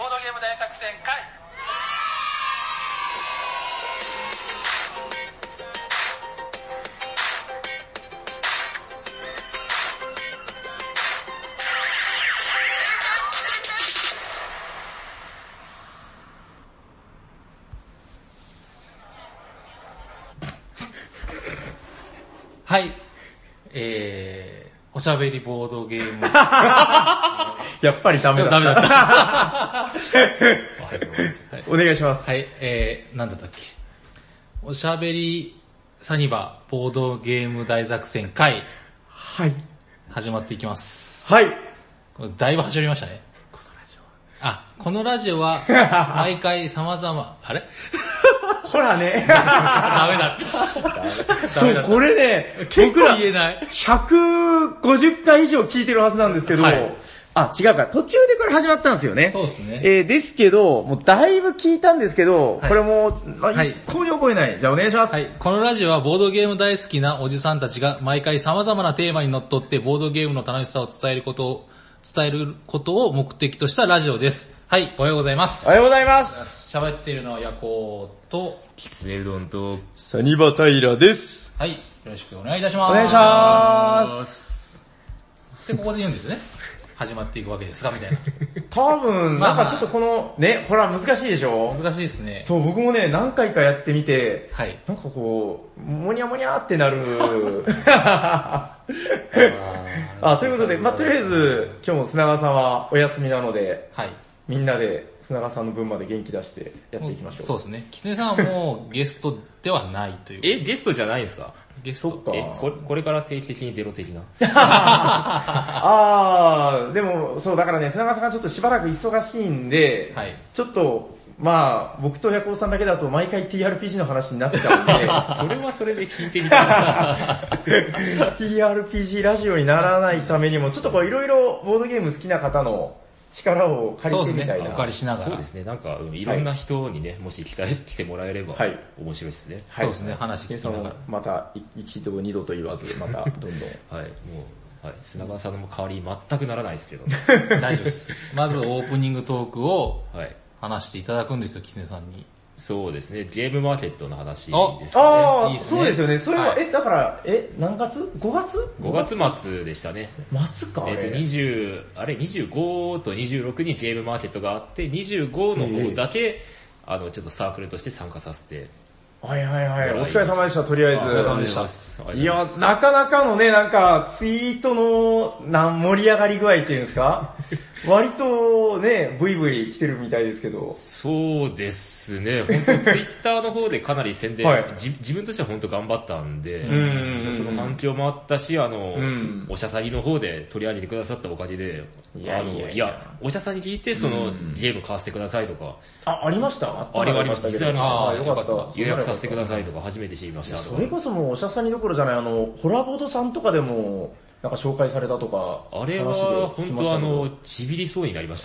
ボードゲーム大作戦会。 はい。おしゃべりボードゲーム。 やっぱりダメだ。 ダメだった。 お願いします。 はい、なんだったっけ。おしゃべりサニバボードゲーム大作戦会。 はい。 始まっていきます。 はい。 だいぶ走りましたね。このラジオは、毎回様々、あれほらね。 ダメだった。 そう、これね、 僕ら言えない。 150回以上聞いてるはずなんですけど、はい、違うか、途中でこれ始まったんですよね。 そうですね。 ですけど、もうだいぶ聞いたんですけど、はい、これもう、一向に覚えない。じゃあお願いします。 はい。このラジオはボードゲーム大好きなおじさんたちが毎回様々なテーマにのっとってボードゲームの楽しさを伝えることを目的としたラジオです。はい、おはようございます。 おはようございます。 喋っているのはヤコウと、 キツネうどんと、 サニバタイラです。 はい、よろしくお願いいたします。 お願いします。 で、ここで言うんですね。始まっていくわけですが、みたいな。 多分、なんかちょっとこの、ね、ほら難しいでしょ？ 難しいですね。 そう、僕もね、何回かやってみて、 はい。 なんかこう、もにゃもにゃってなる。ということで、とりあえず、今日も砂川さんはお休みなので、 はい。 みんなで砂川さんの分まで元気出してやっていきましょう。 そうですね。キツネさんはもうゲストではないという。 ゲストじゃないんですか？ ゲストか。 これから定期的に出ろ的な。 でも、そう、だからね、砂川さんがちょっとしばらく忙しいんで、 はい。 ちょっと、僕とヤコウさんだけだと毎回 TRPG の話になっちゃうんで、 それはそれで聞いてみたいです。TRPG ラジオにならないためにも、ちょっとこういろいろボードゲーム好きな方の力を借りてみたいな。 そうですね、お借りしながら。 そうですね、なんかいろんな人にね、もし来てもらえれば、面白いですね。 そうですね、話聞きながら。 また一度二度と言わず、またどんどん。 はい、砂川さんの代わり全くならないですけど。 大丈夫です。まずオープニングトークを、話していただくんですよ、キツネさんに。 そうですね、ゲームマーケットの話ですね。 そうですよね。それは、だから、何月 ?5 月 ?5 月末でしたね。 末か。 25と26にゲームマーケットがあって、25の方だけ、ちょっとサークルとして参加させて。 はいはいはい。お疲れ様でした、とりあえず。 お疲れ様でした。 いや、なかなかのね、なんか、ツイートの、盛り上がり具合っていうんですか割とね、ブイブイ来てるみたいですけど。 そうですね、本当ツイッターの方でかなり宣伝、自分としては本当頑張ったんで、その反響もあったし、おしゃさぎの方で取り上げてくださったおかげで、おしゃさんに聞いて、そのゲーム買わせてくださいとか。 ありました？ ありました。実際ありました。 よかった。 予約させてくださいとか初めて知りました。 それこそもうおしゃさにどころじゃない、ホラボドさんとかでも、なんか紹介されたとか。 あれは本当ちびりそうになりました。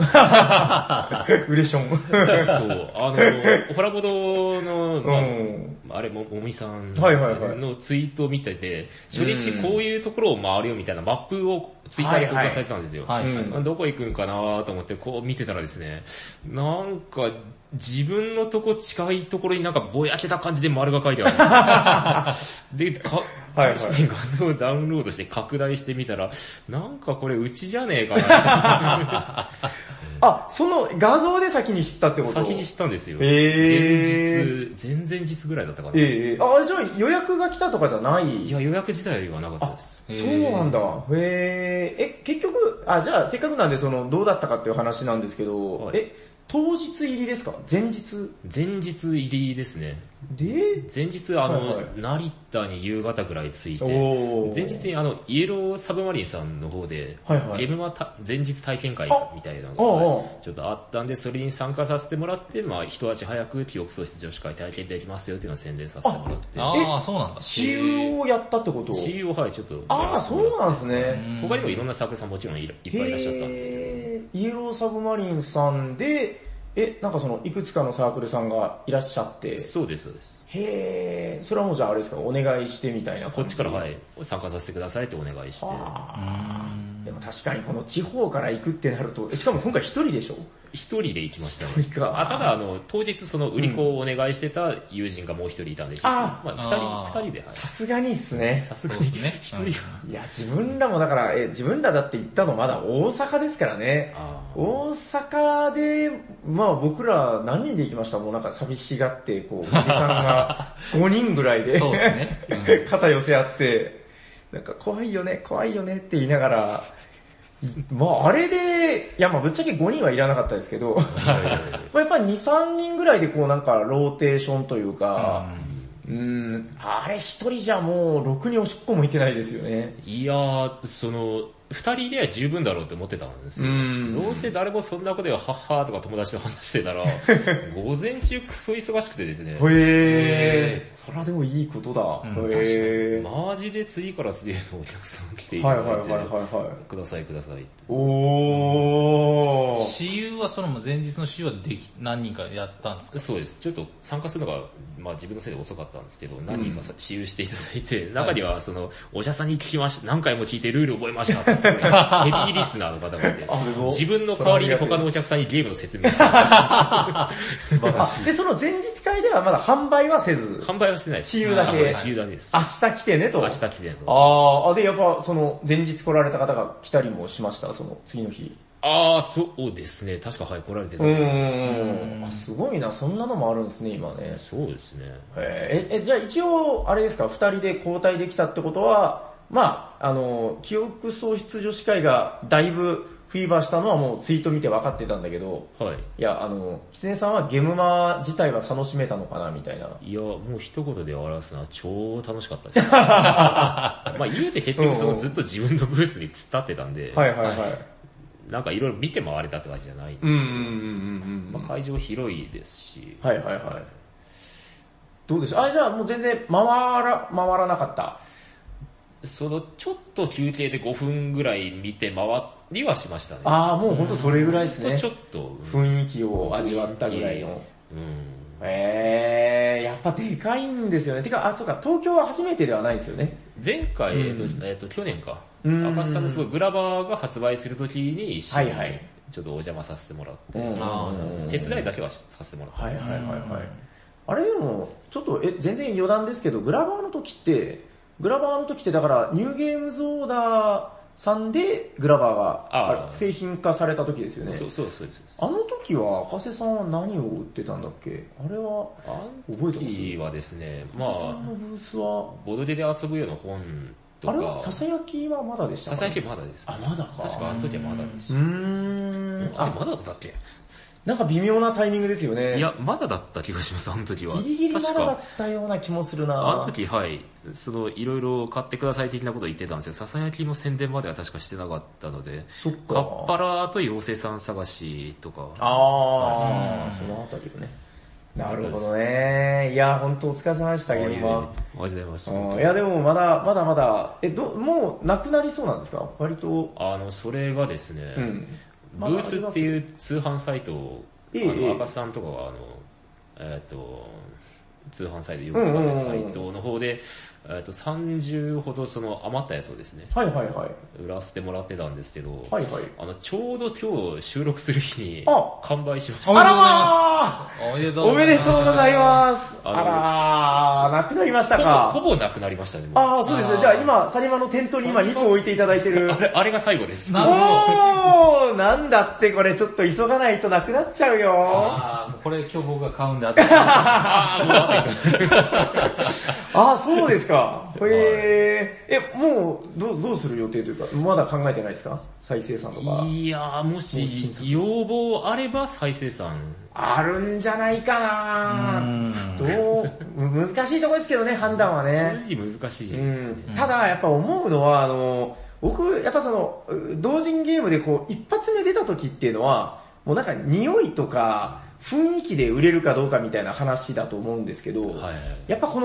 ウレション。 そう、ホラボドの、あれもみさんのツイートを見てて、初日こういうところを回るよみたいなマップをツイッターで公開されてたんですよ。どこ行くんかなと思ってこう見てたらですね、なんか自分のとこ近いところになんかぼやけた感じで丸が書いてある。で、画像をダウンロードして拡大してみたら、なんかこれうちじゃねえかな。 その画像で先に知ったってこと？ 先に知ったんですよ。前々日ぐらいだったかな。 じゃあ予約が来たとかじゃない？ いや、予約自体はなかったです。 そうなんだ。結局、じゃあせっかくなんでどうだったかっていう話なんですけど、当日入りですか？前日入りですね。で、前日成田に夕方ぐらい着いて、前日にイエローサブマリンさんの方で、ゲームは前日体験会みたいなのがちょっとあったんで、それに参加させてもらって、一足早く記憶喪失女子会体験できますよっていうのを宣伝させてもらって。 そうなんだ。 CU をやったってこと？ CU をちょっと。 そうなんですね。 他にもいろんなサークルさんもちろんいっぱいいらっしゃったんですけど。 イエローサブマリンさんで、なんかいくつかのサークルさんがいらっしゃって。 そうです、そうです。 それはもうじゃああれですか、お願いしてみたいなこっちから参加させてくださいってお願いして。 でも確かにこの地方から行くってなると、しかも今回一人でしょ？ 一人で行きましたね。 一人か。 ただ当日その売り子をお願いしてた友人がもう一人いたんで、実は二人で。 さすがにっすね。 さすがにね。一人は。 いや、自分らもだから、自分らだって行ったのまだ大阪ですからね。大阪で、まあ僕ら何人で行きました？もうなんか寂しがって、こう、おじさんが5人ぐらいで、 そうですね。 肩寄せ合って、なんか怖いよねって言いながら、まああれで、いやまあぶっちゃけ5人はいらなかったですけど、やっぱり2、3人ぐらいでこうなんかローテーションというか、あれ一人じゃもうろくにおしっこもいけないですよね。 いやー、二人では十分だろうって思ってたんですよ。どうせ誰もそんなことでははっはーとか友達と話してたら、午前中クソ忙しくてですね。 それはでもいいことだ。 マジで次から次へとお客さん来ていただいて、ください。 私有はその前日の私有は何人かやったんですか？ そうです。ちょっと参加するのが、まあ自分のせいで遅かったんですけど、何人か私有していただいて、中にはお医者さんに聞きました、何回も聞いてルール覚えましたって、ヘビーリスナーの方がいて、自分の代わりに他のお客さんにゲームの説明してた。 素晴らしい。で、その前日会ではまだ販売はせず。 販売はしてないです。 私有だけ。 私有だけです。 明日来てねと。 明日来てねと。 で、やっぱ前日来られた方が来たりもしました、次の日。 そうですね。確か来られてた。 すごいな、そんなのもあるんですね、今ね。 そうですね。 じゃあ一応、あれですか、二人で交代できたってことは、まあ、記憶喪失女子会がだいぶフィーバーしたのはもうツイート見て分かってたんだけど、いや、キツネさんはゲムマ自体は楽しめたのかな、みたいな。 いや、もう一言で表すのは超楽しかったです。まあ言うて結局ずっと自分のブースに突っ立ってたんで、なんかいろいろ見て回れたって感じじゃないんですけど、会場広いですし。 どうでしょう？じゃあもう全然回らなかった。 ちょっと休憩で5分ぐらい見て回りはしましたね。 もうほんとそれぐらいですね。 ちょっと。 雰囲気を味わったぐらいの。やっぱでかいんですよね。てか、そうか、東京は初めてではないですよね。 前回、去年か。赤須さんですごいグラバーが発売するときに一緒にちょっとお邪魔させてもらって、手伝いだけはさせてもらって。 あれでも、ちょっと、全然余談ですけど、グラバーの時ってだからニューゲームズオーダーさんでグラバーが製品化された時ですよね。 そうです。 あの時は赤瀬さんは何を売ってたんだっけ？あれは覚えてます？ 時はですね、 赤瀬さんのブースはボドゲで遊ぶような本とか。 あれはささやきはまだでしたか？ ささやきまだです。 まだか。 確かあの時はまだです。まだだったっけ？ なんか微妙なタイミングですよね。 いや、まだだった気がします、あの時は。 ギリギリまだだったような気もするな。 あの時、いろいろ買ってください的なことを言ってたんですけど、ささやきの宣伝までは確かしてなかったので、 そっか。 カッパラと妖精さん探しとか。 そのあたりをね。なるほどね。いや、本当お疲れ様でした、現場。 ありがとうございます。 いや、でもまだ、もうなくなりそうなんですか？割と。 それがですね、ブースっていう通販サイトを、赤さんとかは通販サイト、よく使ってるサイトの方で、30ほど余ったやつをですね、売らせてもらってたんですけど、ちょうど今日収録する日に完売しました。 おめでとうございます。なくなりましたか。 ほぼなくなりましたね。 そうですね。じゃあ今、サニマの店頭に今2個置いていただいてる。 あれが最後です。 なんだってこれちょっと急がないとなくなっちゃうよ。 これ今日僕が買うんでそうですか。もう、どうする予定というか、まだ考えてないですか？再生産とか。 いやもし、要望あれば再生産。 あるんじゃないかな。難しいとこですけどね、判断はね。 正直難しいですね。 ただ、やっぱ思うのは、僕、やっぱ同人ゲームで一発目出た時っていうのは、もうなんか匂いとか、雰囲気で売れるかどうかみたいな話だと思うんですけど、やっぱ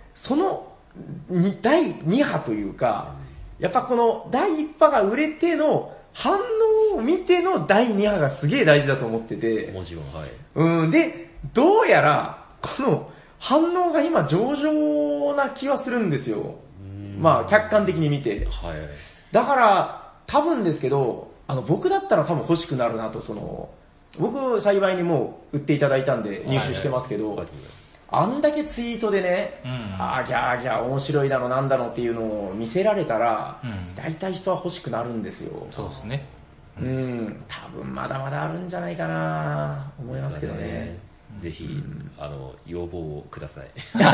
第2波というか、やっぱこの第1波が売れての反応を見ての第2波がすげえ大事だと思ってて、 もちろん、 で、どうやら、この反応が今上々な気はするんですよ。客観的に見て。だから、多分ですけど、僕だったら多分欲しくなるなと、 僕幸いにもう売っていただいたんで入手してますけど、あんだけツイートでね、あーギャーギャー面白いだのなんだのっていうのを見せられたら、大体人は欲しくなるんですよ。 そうですね。 多分まだまだあるんじゃないかな思いますけどね。 ぜひ、要望をください。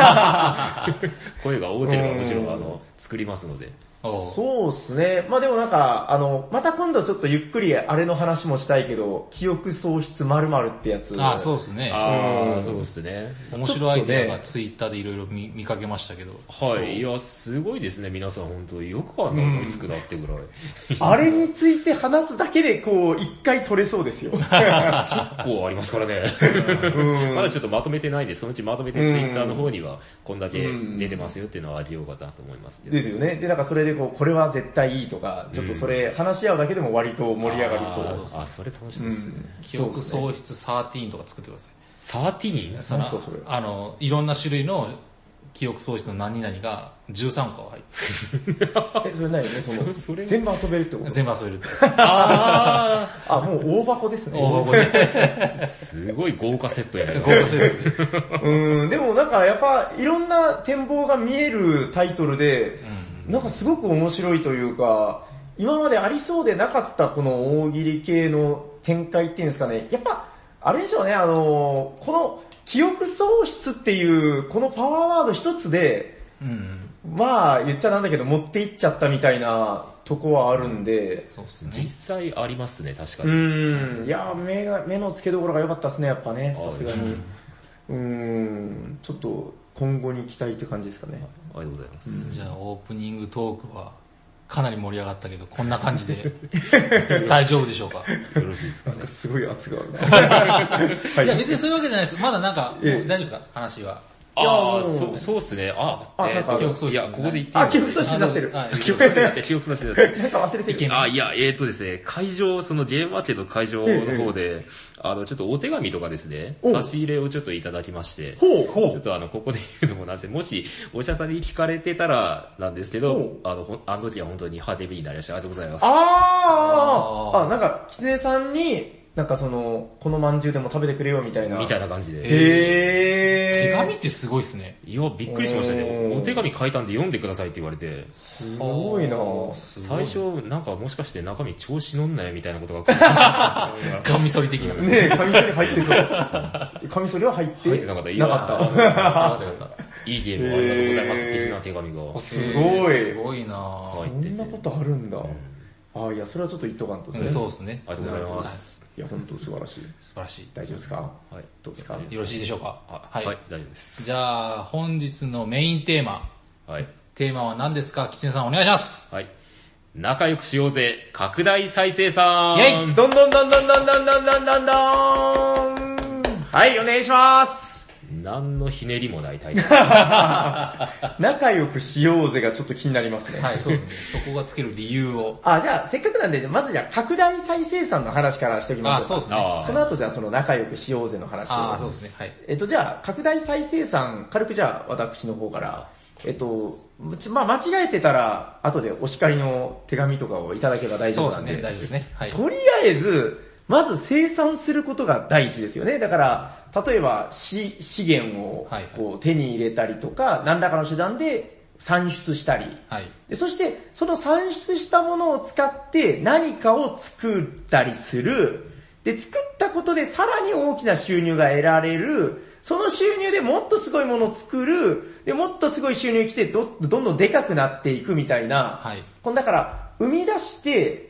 声が大手ればもちろん、作りますので。 そうっすね。まあでもなんか、また今度ちょっとゆっくりあれの話もしたいけど、記憶喪失〇〇ってやつ。 そうですね。 そうですね。 面白いアイデアがツイッターでいろいろ見かけましたけど。 はい。いや、すごいですね、皆さん本当よくあんな思いつくなってぐらい。 あれについて話すだけでこう、一回取れそうですよ。 結構ありますからね。まだちょっとまとめてないんで、そのうちまとめてツイッターの方には、こんだけ出てますよっていうのはあげようかなと思いますけど。 ですよね。で、なんかそれでこれは絶対いいとか、ちょっとそれ話し合うだけでも割と盛り上がりそう。 それ楽しいですね。 記憶喪失13とか作ってください。 13？ 何すかそれ。 いろんな種類の記憶喪失の何々が13個入ってる。 それ何ね、それ全部遊べるってこと？ 全部遊べるって。 もう大箱ですね。 大箱で。 すごい豪華セットやね。 豪華セットで。 でもなんかやっぱいろんな展望が見えるタイトルで、なんかすごく面白いというか、今までありそうでなかったこの大喜利系の展開っていうんですかね。やっぱ、あれでしょうね、この記憶喪失っていうこのパワーワード一つで、まあ言っちゃなんだけど持っていっちゃったみたいなとこはあるんで。 そうですね。 実際ありますね、確かに。 いや目の付けどころが良かったですね、やっぱね、さすがに。ちょっと今後に期待って感じですかね。 ありがとうございます。 じゃあオープニングトークはかなり盛り上がったけど、こんな感じで大丈夫でしょうか？ よろしいですかね。 すごい圧があるな。 いや別にそういうわけじゃないです。まだなんか、大丈夫ですか？話は。 そうっすね。 記憶喪失。 いや、ここで言っていいの？ 記憶喪失になってる。 記憶喪失になってる。記憶喪失になってる。 なんか忘れてる。 いや、ですね、会場、そのゲームアーケード会場の方で、ちょっとお手紙とかですね、差し入れをちょっといただきまして、ちょっとここで言うのもなんですもし、お医者さんに聞かれてたらなんですけど、あの時は本当に励みになりました。ありがとうございます。 なんか、キツネさんに、なんかこの饅頭でも食べてくれよみたいな。 みたいな感じで。 手紙ってすごいっすね。 いや、びっくりしましたね。お手紙書いたんで読んでくださいって言われて。 すごいな最初、なんかもしかして中身調子乗んなよみたいなことが。 カミソリ的な。 ねカミソリ入ってそう。カミソリは入ってなかった。 なかった。 いいゲームをありがとうございます的な手紙が。 すごい。 すごいなそんなことあるんだ。いや、それはちょっと言っとかんとですね。 そうですね。 ありがとうございます。 いや、本当素晴らしい。 素晴らしい。 大丈夫ですか？はい。どうですか？よろしいでしょうか？ はい、大丈夫です。 じゃあ、本日のメインテーマ。 はい。 テーマは何ですか？キツネさんお願いします。 はい。仲良くしようぜ、拡大再生さん。 イェイ！どんどんどんどんどんどんどんどんどんどん。はい、お願いします。 何のひねりもないタイトル。 仲良くしようぜがちょっと気になりますね。 はい、そうですね。そこがつける理由を。 じゃあ、せっかくなんで、まずじゃあ、拡大再生産の話からしておきましょうか。 そうですね。 その後じゃあ、その仲良くしようぜの話を。 そうですね。はい。 じゃあ、拡大再生産、軽くじゃあ、私の方から、間違えてたら、後でお叱りの手紙とかをいただけば大丈夫なんで。 そうですね、大丈夫ですね。はい。 とりあえず、まず生産することが第一ですよね。だから、例えば資源をこう手に入れたりとか、何らかの手段で産出したり、でそしてその産出したものを使って何かを作ったりする。で、作ったことでさらに大きな収入が得られる。その収入でもっとすごいものを作る。で、もっとすごい収入来てどんどんでかくなっていくみたいな。だから、生み出して、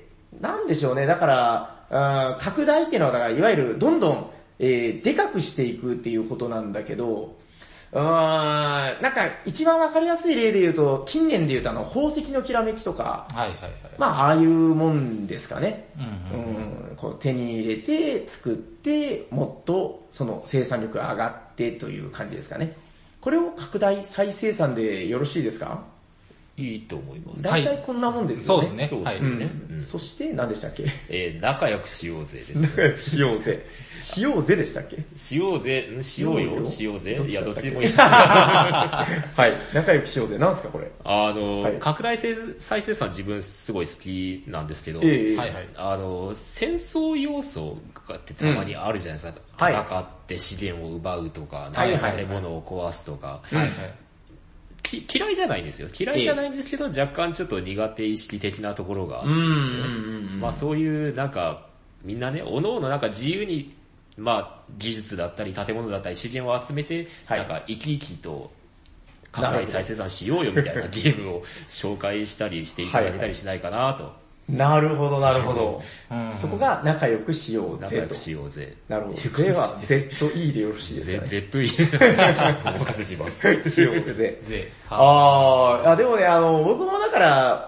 なんでしょうね。だから、拡大っていうのは、だからいわゆるどんどん、でかくしていくっていうことなんだけど、なんか一番わかりやすい例で言うと、近年で言うと宝石のきらめきとか、ああいうもんですかね。こう手に入れて作って、もっとその生産力が上がってという感じですかね。これを拡大再生産でよろしいですか？ いいと思います。 大体こんなもんですよね。 そうですね。 そうですね。 そして何でしたっけ？ 仲良くしようぜですね。 仲良くしようぜ。しようぜでしたっけ？ しようぜ、しようよ、しようぜ。いや、どっちでもいいです。 はい。仲良くしようぜ。なんすかこれ？ 拡大再生産自分すごい好きなんですけど、 はいはい。 戦争要素ってたまにあるじゃないですか。戦って資源を奪うとか、建物を壊すとか。嫌いじゃないんですよ。嫌いじゃないんですけど、若干ちょっと苦手意識的なところがあってですね。まあそういうなんか、みんなね、各々なんか自由に、まあ技術だったり建物だったり資源を集めて、なんか生き生きと拡大再生産しようよみたいなゲームを紹介したりしていただけたりしないかなと。 なるほど、なるほど。そこが仲良くしようぜと。 仲良くしようぜ。 なるほど。ぜは ZE でよろしいですかね。 ZE お任せします。 しようぜ。でもね、僕もだから、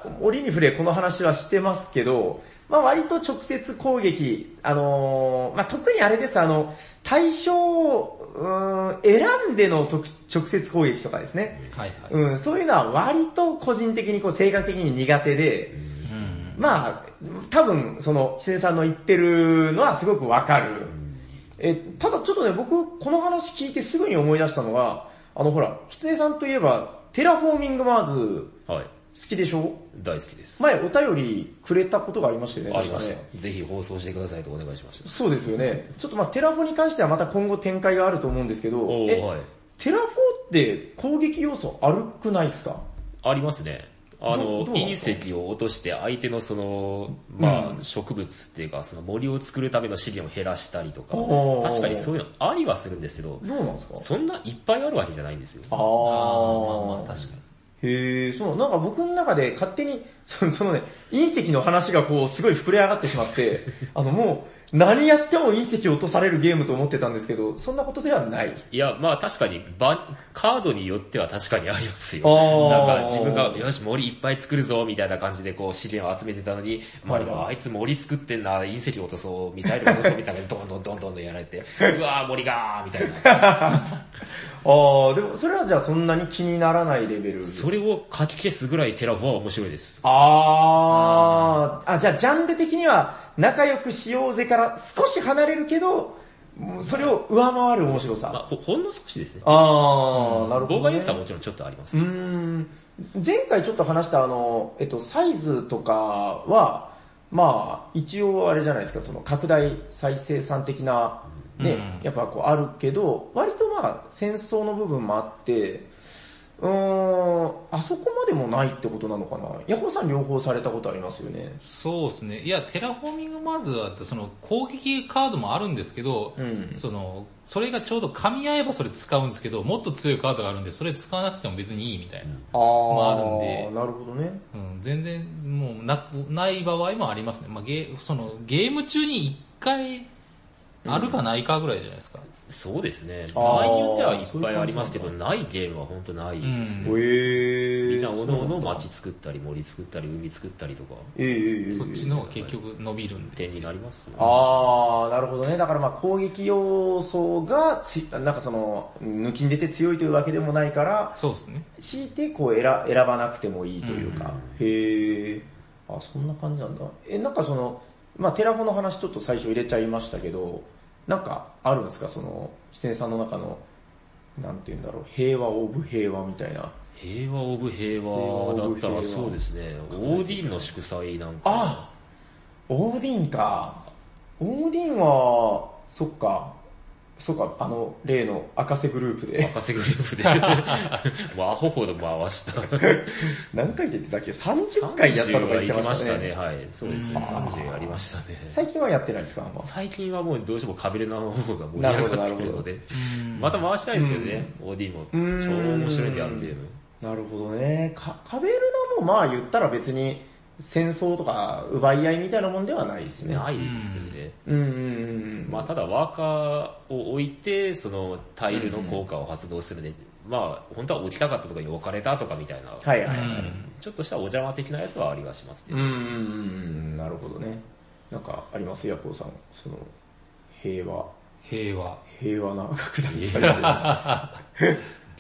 折に触れこの話はしてますけど、まあ割と直接攻撃、まあ特にあれです、対象を選んでの直接攻撃とかですね。そういうのは割と個人的に性格的に苦手で、まあ、多分、キツネさんの言ってるのはすごくわかる。ただちょっとね、僕、この話聞いてすぐに思い出したのが、ほら、キツネさんといえば、テラフォーミングマーズ、好きでしょ？ 大好きです。 前お便りくれたことがありましたよね。 ありました。ぜひ放送してくださいとお願いしました。 そうですよね。ちょっとまあテラフォに関してはまた今後展開があると思うんですけど、テラフォって攻撃要素あるくないですか？ ありますね。隕石を落として相手のまあ、植物っていうか、森を作るための資源を減らしたりとか、確かにそういうのありはするんですけど、 どうなんですか？ そんないっぱいあるわけじゃないんですよ。 まあ確かに。 なんか僕の中で勝手に、そのね、隕石の話がすごい膨れ上がってしまって、もう、何やっても隕石を落とされるゲームと思ってたんですけど、そんなことではない。 いや、まあ確かに、カードによっては確かにありますよ。なんか自分が、よし、森いっぱい作るぞ、みたいな感じで資源を集めてたのに、あいつ森作ってんな、隕石落とそう、ミサイル落とそう、みたいなどんどんやられて、うわー森がー、みたいな。 でもそれはじゃあそんなに気にならないレベル？ それを書き消すぐらいテラフォは面白いです。 じゃあジャンル的には仲良くしようぜから少し離れるけど、それを上回る面白さ。 まあ、ほんの少しですね。 なるほど、ね。 妨害要素はもちろんちょっとあります、ね。 前回ちょっと話したサイズとかは、まあ、一応あれじゃないですか、拡大再生産的な、ね、やっぱあるけど、割とまあ、戦争の部分もあって、あそこまでもないってことなのかな。ヤホーさん両方されたことありますよね。 そうですね。いや、テラフォーミングマーズは、攻撃カードもあるんですけど、それがちょうど噛み合えばそれ使うんですけど、もっと強いカードがあるんで、それ使わなくても別にいいみたいな。もあるんで。 なるほどね。 全然、もうない場合もありますね。まあ、ゲーム中に一回、あるかないかぐらいじゃないですか。 そうですね。場合によってはいっぱいありますけど、ないゲームは本当ないですね。みんなおのおの街作ったり、森作ったり、海作ったりとか。 そっちの方が結局伸びるんで。 点になりますよね。 なるほどね。だからまあ攻撃要素がなんか抜きん出て強いというわけでもないから、 そうですね。 強いて選ばなくてもいいというか。そんな感じなんだ。なんかまあテラフォの話ちょっと最初入れちゃいましたけど、なんかあるんですか、キツネさんの中の、なんて言うんだろう、平和オブ平和みたいな。 平和オブ平和だったらそうですね、オーディンの祝祭なんか。 オーディンか。オーディンは、そっか、例の赤瀬グループで。 赤瀬グループで。もうアホほど回した。 何回で言ってたっけ ?30 回やったとか言ってましたね。 はい。そうですね。30やりましたね。 最近はやってないですか？ 最近はもうどうしてもカビレナの方が盛り上がってるので。また回したいですよね。OD も。超面白いんであるゲーム。 なるほどね。カベルナもまあ言ったら別に、戦争とか奪い合いみたいなもんではないですね。 ないですけどね。まあただワーカーを置いて、タイルの効果を発動するね。まあ本当は置きたかったとかに置かれたとかみたいな。ちょっとしたお邪魔的なやつはありはしますけど。 なるほどね。なんかありますヤコウさん。平和な拡大されてる。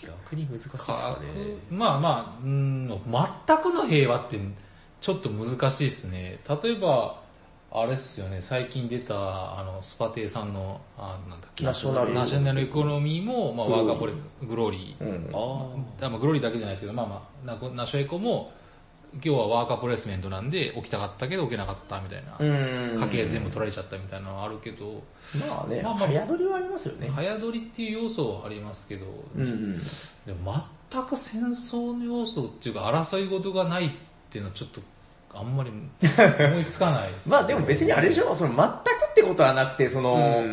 逆に難しいですかね。 まあ、全くの平和ってちょっと難しいですね。例えば、あれっすよね、最近出た、スパテイさんの、なんだっけ、 ナショナルエコノミーも、まあ、ワーカーポレス、グローリー。グローリーだけじゃないですけど、ナショエコも、今日はワーカープレイスメントなんで、起きたかったけど起きなかったみたいな。家計全部取られちゃったみたいなのはあるけど。 まあね、早取りはありますよね。 早取りっていう要素はありますけど、でも全く戦争の要素っていうか、争い事がないっていうのはちょっと、あんまり思いつかないです、 ね。まあでも別にあれでしょ、全くってことはなくて、この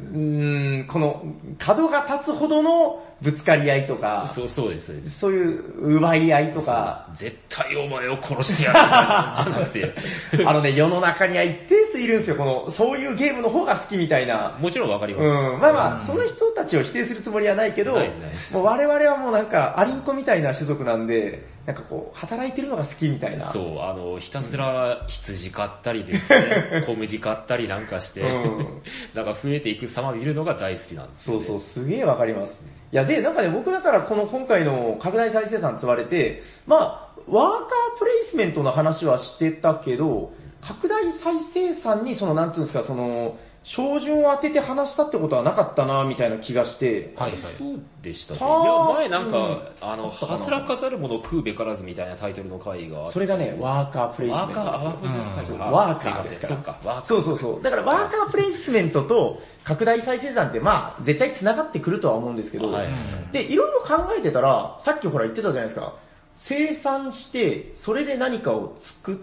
角が立つほどのぶつかり合いとか、 そうです。 そういう奪い合いとか、 絶対お前を殺してやるじゃなくて、 世の中には一定数いるんですよ、そういうゲームの方が好きみたいな。 もちろんわかります。 その人たちを否定するつもりはないけど、もう我々はもうなんか、アリンコみたいな種族なんで、なんか働いてるのが好きみたいな。 そう、ひたすら羊飼ったりですね、小麦買ったりなんかして、なんか増えていく様を見るのが大好きなんですよ、ね。 そう、すげえわかります。いや、で、なんかね、僕だから今回の拡大再生産積まれて、ワーカープレイスメントの話はしてたけど、拡大再生産になんていうんですか、照準を当てて話したってことはなかったな、みたいな気がして。 はい。そうでしたね。いや、前なんか、働かざる者食うべからずみたいなタイトルの回が。 それがね、ワーカープレイスメントです。ワーカーですから。そう。だからワーカープレイスメントと拡大再生産って絶対繋がってくるとは思うんですけど、で、いろいろ考えてたら、さっきほら言ってたじゃないですか。生産して、それで何かを作って、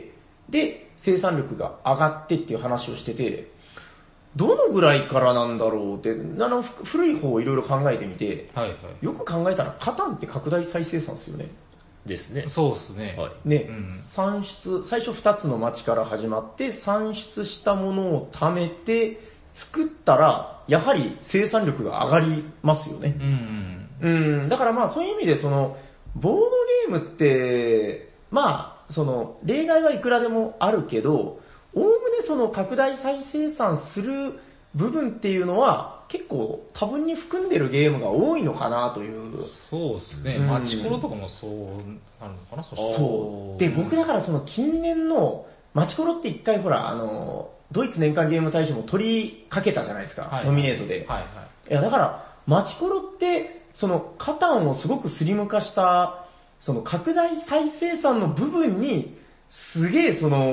で、生産力が上がってっていう話をしてて、どのぐらいからなんだろうって、古い方をいろいろ考えてみて、よく考えたら、カタンって拡大再生産ですよね。 ですね。 そうですね。 ね、最初2つの町から始まって、産出したものを貯めて、作ったら、やはり生産力が上がりますよね。だからそういう意味でボードゲームって、例外はいくらでもあるけど、おおむね拡大再生産する部分っていうのは結構多分に含んでるゲームが多いのかなという。 そうですね。マチコロとかもそうなのかな。 そう。で、僕だから近年のマチコロって一回ほら、ドイツ年間ゲーム大賞も取りかけたじゃないですか。ノミネートで。いや、だからマチコロってカタンをすごくスリム化した拡大再生産の部分にすげえ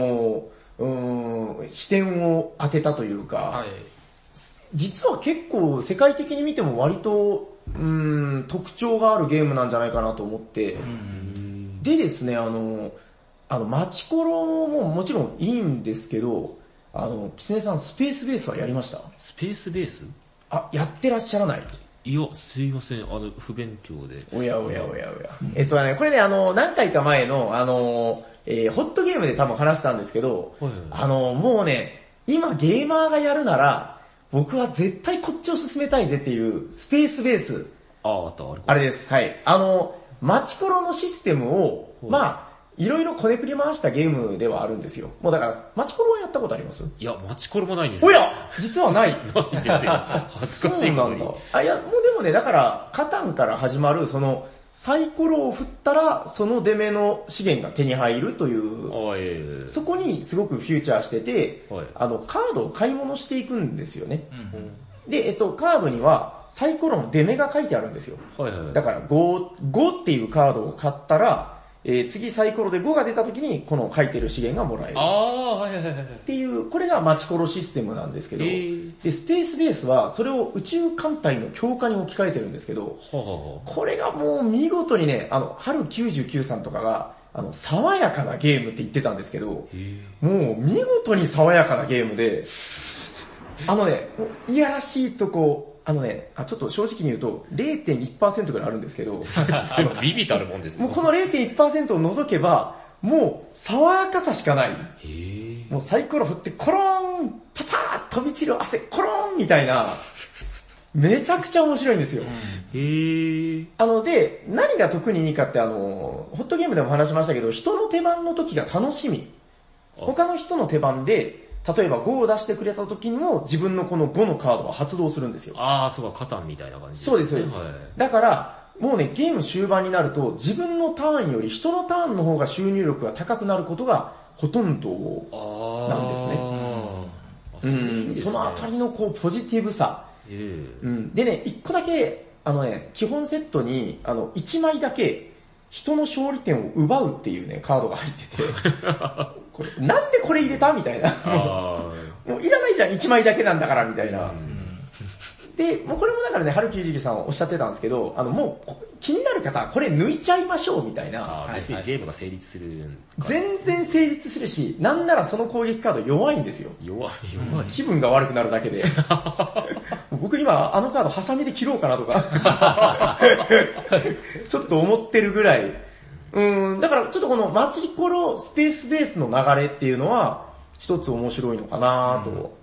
視点を当てたというか、実は結構世界的に見ても割と、特徴があるゲームなんじゃないかなと思って、でですね、マチコロももちろんいいんですけど、キツネさんスペースベースはやりました？ スペースベース？ やってらっしゃらない？ いや、すいません、不勉強で。 おや。これね、何回か前の、ホットゲームで多分話したんですけど、もうね、今ゲーマーがやるなら、僕は絶対こっちを進めたいぜっていうスペースベース。あれです。はい。マチコロのシステムを、いろいろこねくり回したゲームではあるんですよ。もうだから、マチコロはやったことあります？ いや、マチコロもないんですよ。 おや実はない。 ないんですよ。恥ずかしいことに。 そうなんだ。いや、もうでもね、だから、カタンから始まる、サイコロを振ったら、その出目の資源が手に入るという、そこにすごくフューチャーしてて、カードを買い物していくんですよね。で、カードには、サイコロの出目が書いてあるんですよ。だから5っていうカードを買ったら、次サイコロで5が出た時にこの書いてる資源がもらえる。っていう、これがマチコロシステムなんですけど、で、スペースベースはそれを宇宙艦隊の強化に置き換えてるんですけど、これがもう見事にね、春99さんとかが、爽やかなゲームって言ってたんですけど、もう見事に爽やかなゲームで、いやらしいとこ、ちょっと正直に言うと 0.1% ぐらいあるんですけど、 ビビたるもんですね。 もうこの 0.1% を除けば、もう爽やかさしかない。もうサイコロ振ってコローン、パサーッ飛び散る汗、コローンみたいな、めちゃくちゃ面白いんですよ。で、何が特にいいかってホットゲームでも話しましたけど、人の手番の時が楽しみ。他の人の手番で、例えば5を出してくれた時にも自分のこの5のカードは発動するんですよ。 そうか、カタンみたいな感じ。 そうです。だから、 もうね、ゲーム終盤になると、自分のターンより人のターンの方が収入力が高くなることがほとんどなんですね。そのあたりのこう、ポジティブさ。でね、一個だけ、基本セットに、1枚だけ、人の勝利点を奪うっていうね、カードが入ってて、これなんでこれ入れたみたいな。もういらないじゃん、1枚だけなんだから、みたいな。で、もうこれもだからね、春99さんおっしゃってたんですけど、もう気になる方はこれ抜いちゃいましょうみたいな。 別にゲームが成立する。 全然成立するし、なんならその攻撃カード弱いんですよ。 弱い。 気分が悪くなるだけで。僕今あのカードハサミで切ろうかなとか。ちょっと思ってるぐらい。だからちょっとこのマチコロスペースベースの流れっていうのは、一つ面白いのかなと。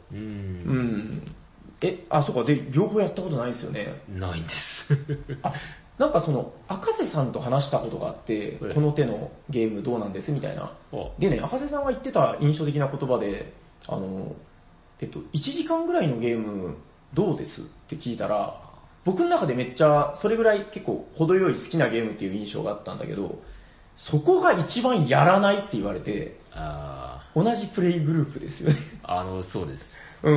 そうか、で、両方やったことないですよね。 ないんです。 なんか赤瀬さんと話したことがあって、この手のゲームどうなんですみたいな。でね、赤瀬さんが言ってた印象的な言葉で、1時間ぐらいのゲームどうですって聞いたら、僕の中でめっちゃ、それぐらい結構程よい好きなゲームっていう印象があったんだけど、そこが一番やらないって言われて、同じプレイグループですよね。 そうです。 うん。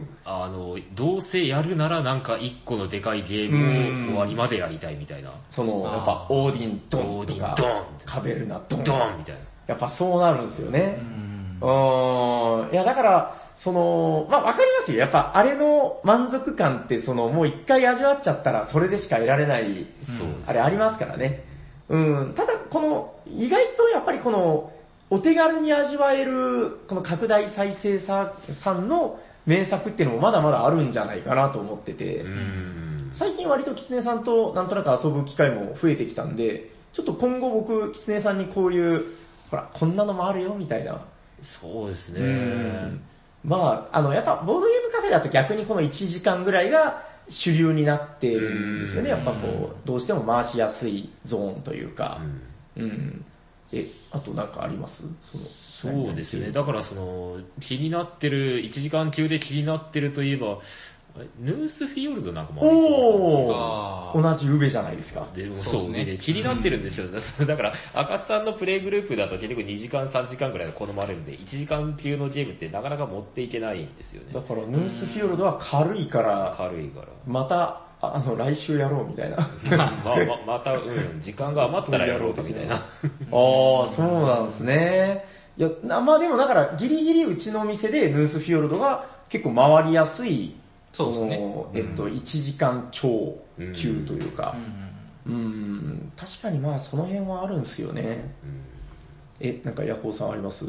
どうせやるならなんか一個のでかいゲームを終わりまでやりたいみたいな。 やっぱオーディンドンとか、カベルナドンドンみたいな。 やっぱそうなるんですよね。いやだから、わかりますよ。やっぱあれの満足感ってもう一回味わっちゃったらそれでしか得られない、あれありますからね。ただ意外とやっぱりお手軽に味わえる、この拡大再生さんの名作っていうのもまだまだあるんじゃないかなと思ってて、最近割とキツネさんとなんとなく遊ぶ機会も増えてきたんで、ちょっと今後僕、キツネさんにこういう、ほら、こんなのもあるよみたいな。 そうですね。 やっぱボードゲームカフェだと逆にこの1時間ぐらいが主流になってるんですよね。やっぱどうしても回しやすいゾーンというか。あとなんかあります？ そうですよね。だから気になってる、1時間級で気になってるといえば、ヌースフィヨルドなんかも同じ宇部じゃないですか。 そうね。気になってるんですよ。だから、赤さんのプレイグループだと結局2時間3時間くらい好まれるんで、1時間級のゲームってなかなか持っていけないんですよね。 だからヌースフィヨルドは軽いから、また、来週やろうみたいな。 また、時間が余ったらやろうかみたいな。 そうなんですね。いや、でもだからギリギリうちのお店でヌースフィヨルドが結構回りやすい、1時間超級というか、確かにその辺はあるんですよね。なんかヤホーさんあります？ で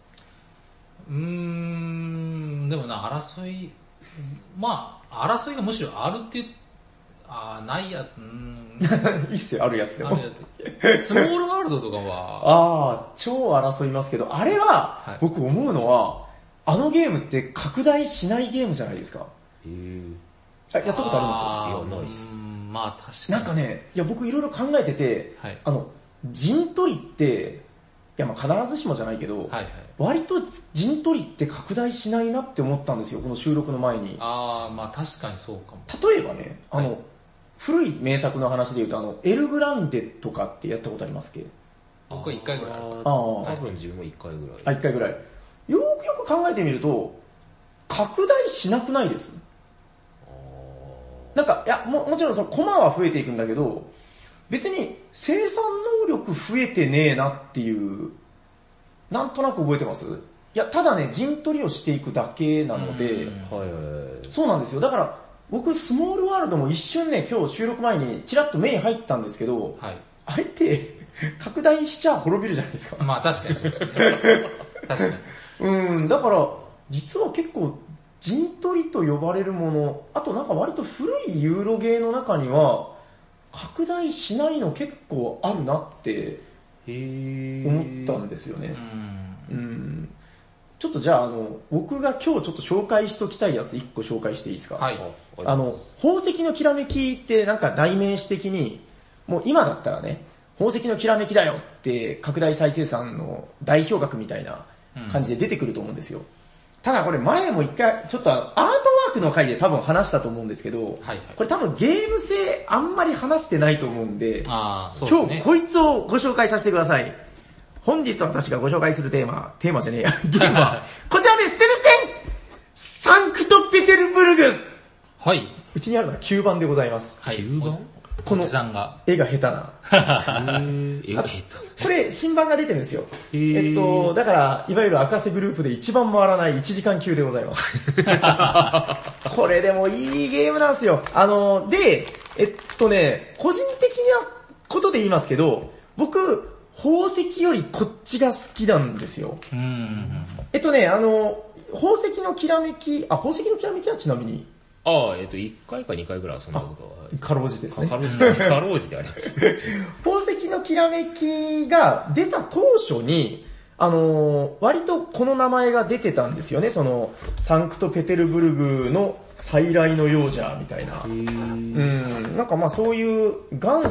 も争いがむしろあるってないやつ、 いいっすよ、あるやつでも。 スモールワールドとかは超争いますけど、あれは、僕思うのは、あのゲームって拡大しないゲームじゃないですか。やったことあります？ いや、ないっす。 確かに。 なんかね、僕いろいろ考えてて、陣取りって、必ずしもじゃないけど、割と陣取りって拡大しないなって思ったんですよ、この収録の前に。 確かにそうかも。 例えばね、古い名作の話で言うと、エルグランデとかってやったことありますっけ？ 僕は1回ぐらいある。 多分自分も1回ぐらい。 1回ぐらい。よくよく考えてみると、拡大しなくないです？なんか、もちろんコマは増えていくんだけど、別に生産能力増えてねえなっていう、なんとなく覚えてます？ただね、陣取りをしていくだけなので、そうなんですよ。だから、僕、スモールワールドも一瞬ね、今日収録前にチラッと目に入ったんですけど、あれって、拡大しちゃ滅びるじゃないですか。 確かにそうですね。確かに。だから、実は結構、陣取りと呼ばれるもの、あとなんか割と古いユーロゲーの中には、拡大しないの結構あるなって思ったんですよね。ちょっとじゃあ、僕が今日ちょっと紹介しときたいやつ1個紹介していいですか？宝石のきらめきってなんか代名詞的に、もう今だったらね、宝石のきらめきだよって拡大再生産の代表格みたいな感じで出てくると思うんですよ。 ただこれ前も一回、ちょっとアートワークの回で多分話したと思うんですけど、 はいはい、 これ多分ゲーム性あんまり話してないと思うんで、 そうですね、 今日こいつをご紹介させてください。本日私がご紹介するテーマじゃねえや、ゲームは、こちらです、テレステンサンクトペテルブルグ。 はい。 うちにあるのは9番でございます。 はい。 9番この絵が下手な。これ新版が出てるんですよ。だから、いわゆる赤瀬グループで一番回らない1時間級でございます。これでもいいゲームなんですよ。で、個人的なことで言いますけど、僕、宝石よりこっちが好きなんですよ。宝石のきらめきはちなみに、 1回か2回ぐらい遊んだことは。 かろうじですね。 かろうじであります。 宝石のきらめきが出た当初に、割とこの名前が出てたんですよね。その、サンクトペテルブルグの再来のようじゃ、みたいな。なんかまあそういう元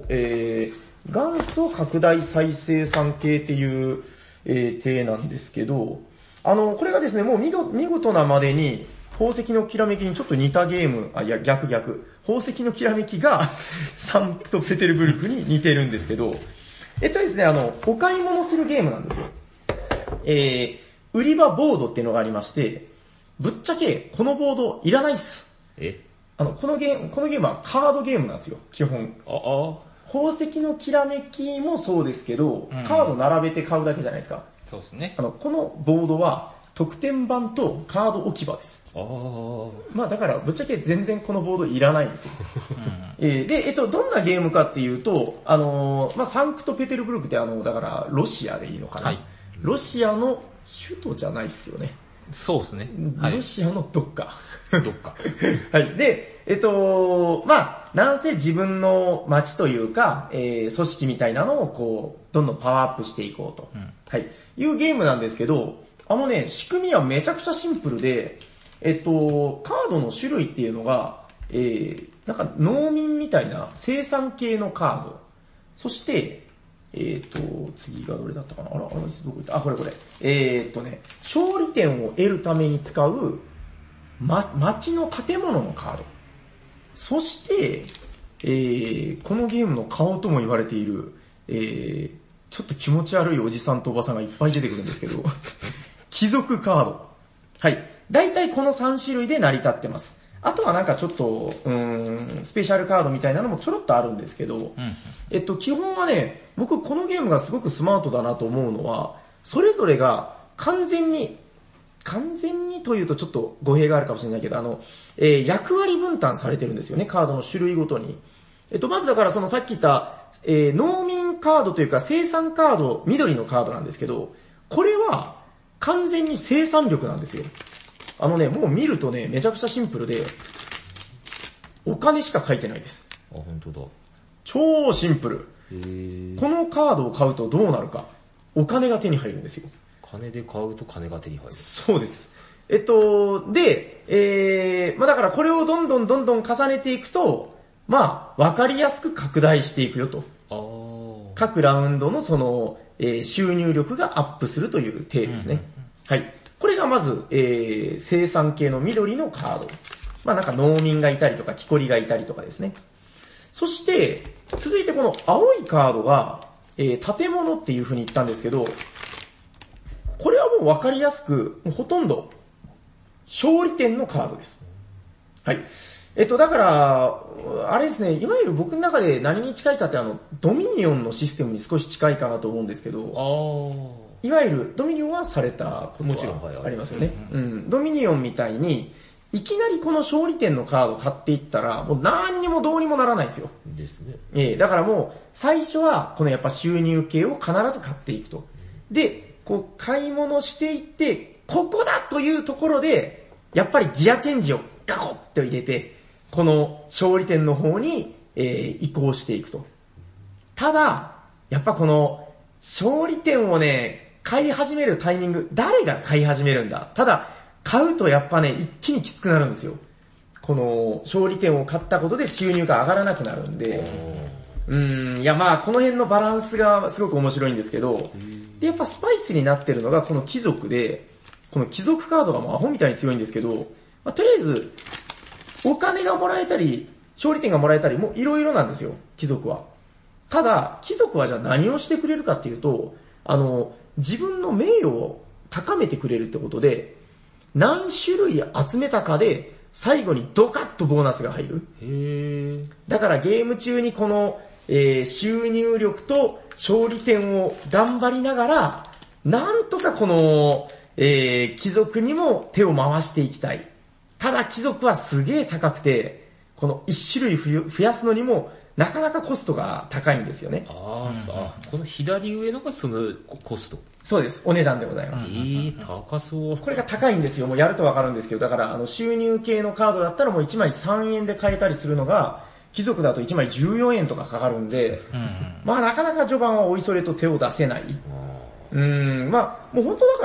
祖拡大再生産系っていう、体なんですけど、これがですね、もう見事なまでに、宝石のきらめきにちょっと似たゲーム、逆。宝石のきらめきがサンクトペテルブルクに似てるんですけど、ですね、お買い物するゲームなんですよ。売り場ボードっていうのがありまして、ぶっちゃけこのボードいらないっす。このゲームはカードゲームなんですよ、基本。宝石のきらめきもそうですけど、カード並べて買うだけじゃないですか。 そうですね。 このボードは、特典版とカード置き場です。まあだからぶっちゃけ全然このボードいらないんですよ。で、どんなゲームかっていうと、サンクトペテルブルクってだからロシアでいいのかな。はい、ロシアの首都じゃないっすよね。 そうですね。 ロシアのどっか。 どっか。 はい。で、なんせ自分の街というか、組織みたいなのをこう、どんどんパワーアップしていこうと。はい。いうゲームなんですけど、仕組みはめちゃくちゃシンプルで、カードの種類っていうのが、なんか農民みたいな生産系のカード。そして、次がどれだったかな、どこ行った、これ。勝利点を得るために使う、街の建物のカード。そして、このゲームの顔とも言われている、ちょっと気持ち悪いおじさんとおばさんがいっぱい出てくるんですけど、貴族カード。はい。だいたいこの3種類で成り立ってます。あとはなんかちょっと、スペシャルカードみたいなのもちょろっとあるんですけど、基本はね、僕このゲームがすごくスマートだなと思うのは、それぞれが完全にというとちょっと語弊があるかもしれないけど、役割分担されてるんですよね、カードの種類ごとに。まずだからそのさっき言った、農民カードというか生産カード、緑のカードなんですけど、これは完全に生産力なんですよ。もう見るとね、めちゃくちゃシンプルで、お金しか書いてないです。 本当だ。 超シンプル。このカードを買うとどうなるか。お金が手に入るんですよ。 金で買うと金が手に入る。 そうです。で、だからこれをどんどん重ねていくと、わかりやすく拡大していくよと。各ラウンドのその、収入力がアップするという体ですね。はい。これがまず、生産系の緑のカード。なんか農民がいたりとか、木こりがいたりとかですね。そして、続いてこの青いカードが、建物っていう風に言ったんですけど、これはもうわかりやすく、ほとんど、勝利点のカードです。はい。だから、あれですね、いわゆる僕の中で何に近いかってドミニオンのシステムに少し近いかなと思うんですけど、いわゆるドミニオンはされたことはありますよね。ドミニオンみたいに、いきなりこの勝利点のカード買っていったら、もう何にもどうにもならないですよ。 ですね。 だからもう、最初はこのやっぱ収入系を必ず買っていくと。で、こう買い物していって、ここだというところで、やっぱりギアチェンジをガコッと入れて、この勝利点の方に、移行していくと。ただ、やっぱこの勝利点をね、買い始めるタイミング、誰が買い始めるんだ。ただ、買うとやっぱね、一気にきつくなるんですよ。この勝利点を買ったことで収入が上がらなくなるんで、いやこの辺のバランスがすごく面白いんですけど、で、やっぱスパイスになってるのがこの貴族で、 この貴族カードがもうアホみたいに強いんですけど、まあ、とりあえず、お金がもらえたり、勝利点がもらえたり、もういろいろなんですよ、貴族は。ただ、貴族はじゃあ何をしてくれるかっていうと、自分の名誉を高めてくれるってことで、何種類集めたかで、最後にドカッとボーナスが入る。だからゲーム中にこの、収入力と勝利点を頑張りながら、なんとかこの、貴族にも手を回していきたい。ただ貴族はすげえ高くて、この一種類増やすのにも、なかなかコストが高いんですよね。 この左上のがそのコスト。 そうです。お値段でございます。 高そう。 これが高いんですよ。もうやるとわかるんですけど、だから収入系のカードだったらもう1枚3円で買えたりするのが、貴族だと1枚14円とかかかるんで、まあなかなか序盤はおいそれと手を出せない。まあもう本当だから、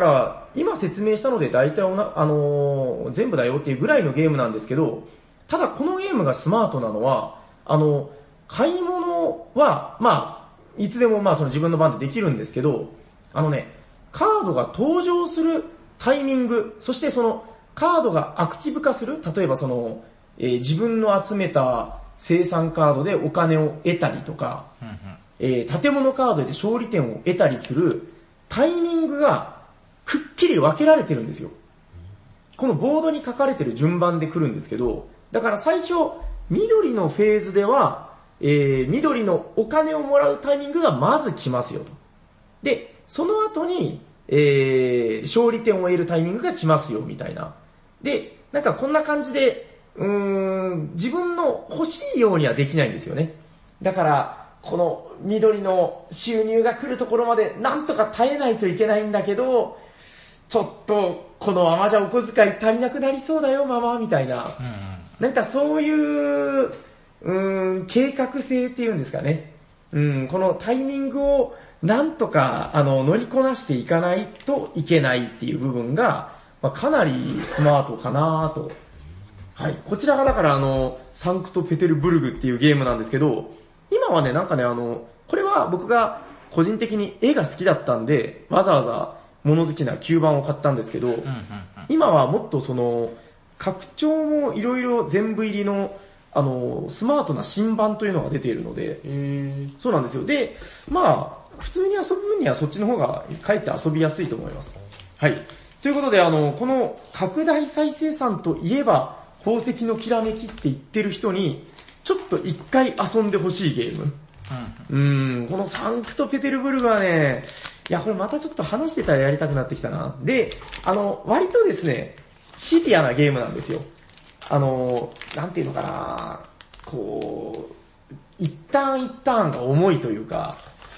今説明したので大体全部だよっていうぐらいのゲームなんですけど、ただこのゲームがスマートなのは、買い物は、まあ、いつでもまあその自分の番でできるんですけど、カードが登場するタイミング、そしてそのカードがアクティブ化する、例えばその、自分の集めた生産カードでお金を得たりとか、建物カードで勝利点を得たりするタイミングがくっきり分けられてるんですよ。このボードに書かれてる順番で来るんですけど、だから最初、緑のフェーズでは、緑のお金をもらうタイミングがまず来ますよと。で、その後に、勝利点を得るタイミングが来ますよみたいな。で、なんかこんな感じで、自分の欲しいようにはできないんですよね。だから、この緑の収入が来るところまでなんとか耐えないといけないんだけど、ちょっとこのままじゃお小遣い足りなくなりそうだよママみたいな。なんかそういう、計画性っていうんですかね。このタイミングをなんとか乗りこなしていかないといけないっていう部分が、まあ、かなりスマートかなと。はい。こちらがだからサンクトペテルブルグっていうゲームなんですけど、今はね、なんかね、これは僕が個人的に絵が好きだったんで、わざわざ物好きな吸盤を買ったんですけど、今はもっとその、拡張もいろいろ全部入りの、スマートな新版というのが出ているので、そうなんですよ。で、まあ、普通に遊ぶ分にはそっちの方がかえって遊びやすいと思います。はい。ということで、この拡大再生産といえば、宝石のきらめきって言ってる人に、ちょっと一回遊んでほしいゲーム。このサンクトペテルブルグはね、いや、これまたちょっと話してたらやりたくなってきたな。で、割とですね、シビアなゲームなんですよ。なんていうのかな、こう、一ターンが重いというか、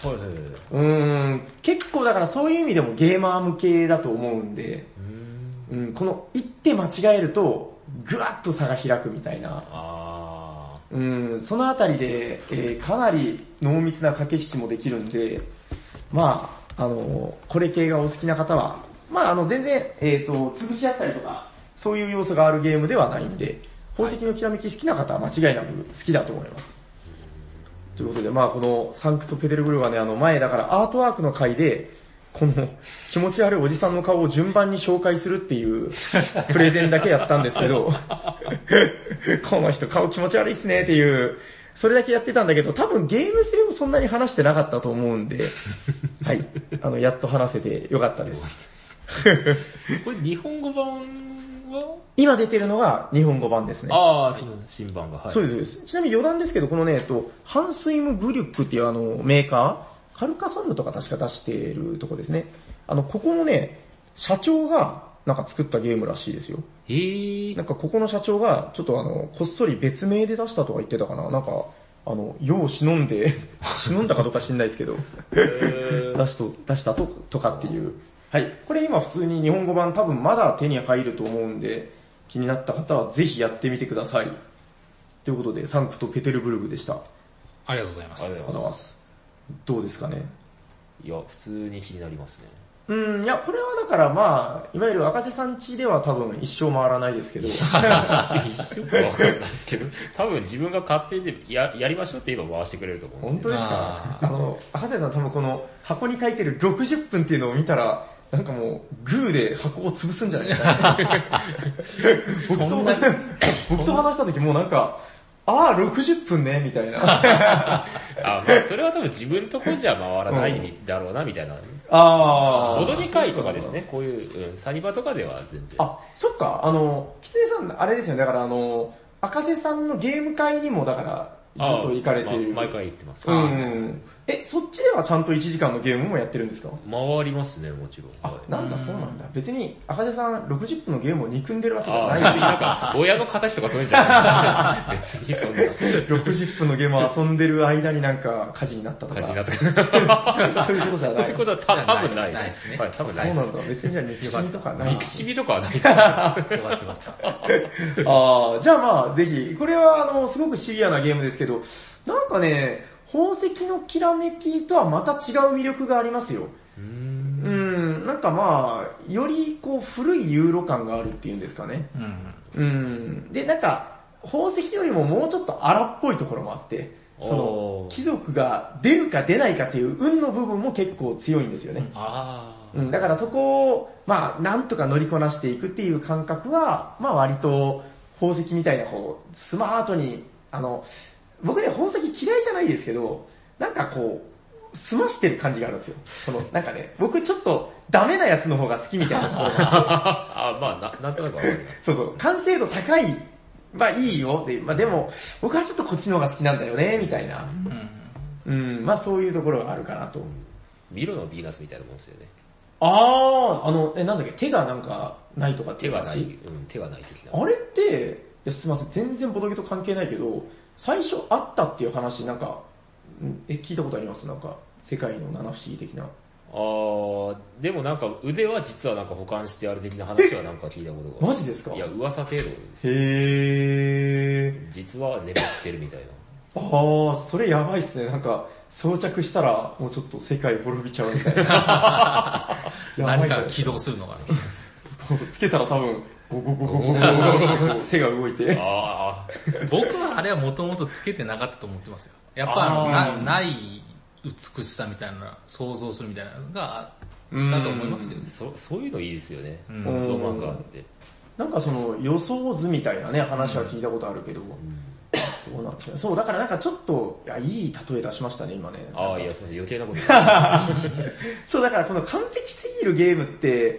結構だからそういう意味でもゲーマー向けだと思うんで、この一手間違えると、ぐわっと差が開くみたいな。そのあたりで、かなり濃密な駆け引きもできるんで、まあ、これ系がお好きな方は、まあ全然、潰し合ったりとか、そういう要素があるゲームではないんで、宝石のきらめき好きな方は間違いなく好きだと思います。ということで、まあこのサンクトペテルブルグはね、前だからアートワークの回で、この気持ち悪いおじさんの顔を順番に紹介するっていうプレゼンだけやったんですけど、この人顔気持ち悪いっすねっていう、それだけやってたんだけど、多分ゲーム性をそんなに話してなかったと思うんで、はい、やっと話せてよかったです。 これ日本語版は今出てるのが日本語版ですね。 そう新版が。はい、 そうです。ちなみに余談ですけど、このね、ハンスイムグリュックっていうメーカー、カルカソンヌとか確か出してるとこですね。ここのね、社長がなんか作ったゲームらしいですよ。なんかここの社長がちょっとこっそり別名で出したとか言ってたかな。なんか、世を忍んで、忍んだかどうか知んないですけど、出したとかっていう。はい。これ今普通に日本語版多分まだ手に入ると思うんで、気になった方はぜひやってみてください。ということで、サンクトペテルブルグでした。 ありがとうございます。 ありがとうございます。どうですかね。 いや、普通に気になりますね。 いや、これはだからまあ、いわゆる赤瀬さん家では多分一生回らないですけど。 一生かわかんないですけど、多分自分が勝手にやりましょうって言えば回してくれると思うんですよ。 本当ですか？赤瀬さん多分この箱に書いてる60分っていうのを見たら、 なんかもう、グーで箱を潰すんじゃないですか。僕と話した時もうなんか、60分ね、みたいな。 まあそれは多分自分とこじゃ回らないだろうな、みたいな。ボドゲ会とかですね、こういう、サニバとかでは全然。 そっか、キツネさん、あれですよね、だから赤瀬さんのゲーム会にもだから、ずっと行かれている。 毎回行ってます。 そっちではちゃんと1時間のゲームもやってるんですか？ 回りますね、もちろん。 なんだそうなんだ。別に赤瀬さん60分のゲームを憎んでるわけじゃないですよ。なんか、親の形とかそういうんじゃないですか。別にそんな。 60分のゲームを遊んでる間になんか火事になったとか。そういうことじゃない。 そういうことは多分ないですね。多分ないです。 そうなんだ。別にじゃあ憎しみとかない。 憎しみとかはないです。 じゃあまあぜひ、これはすごくシビアなゲームですけど、なんかね、宝石のきらめきとはまた違う魅力がありますよ。なんかまあ、よりこう古いユーロ感があるっていうんですかね。で、なんか、宝石よりももうちょっと荒っぽいところもあって、その、貴族が出るか出ないかっていう運の部分も結構強いんですよね。だからそこを、まあ、なんとか乗りこなしていくっていう感覚は、まあ割と、宝石みたいなこう、スマートに、僕ね、宝石嫌いじゃないですけど、なんかこう、済ましてる感じがあるんですよ。なんかね、僕ちょっとダメなやつの方が好きみたいなところがまあ、なんとなくわかります。 そう、完成度高い、まあいいよ。で、まあでも、僕はちょっとこっちの方が好きなんだよね、みたいな。まあそういうところがあるかなと。 ミロのヴィーナスみたいなもんですよね。 なんだっけ、手がなんかないとかっていう話。手がない的な。 あれって、すいません、全然ボドゲと関係ないけど、最初あったっていう話、なんか、聞いたことあります？なんか、世界の七不思議的な。 でもなんか腕は実はなんか保管してある的な話はなんか聞いたことが。 マジですか？ いや、噂程度ですよ。実は眠ってるみたいな。それやばいっすね。なんか、装着したらもうちょっと世界滅びちゃうみたいな。 何か起動するのかな。 つけたら多分、手が動いて。 僕はあれはもともとつけてなかったと思ってますよ。やっぱない美しさみたいな、想像するみたいなのが、だと思いますけど、ね、 そういうのいいですよね。ロマンがあって。 なんかその予想図みたいなね、話は聞いたことあるけど、どうなんでしょうね。そう、だからなんかちょっと、いい例え出しましたね、今ね。 いや、すみません、余計なことそう、だからこの完璧すぎるゲームって、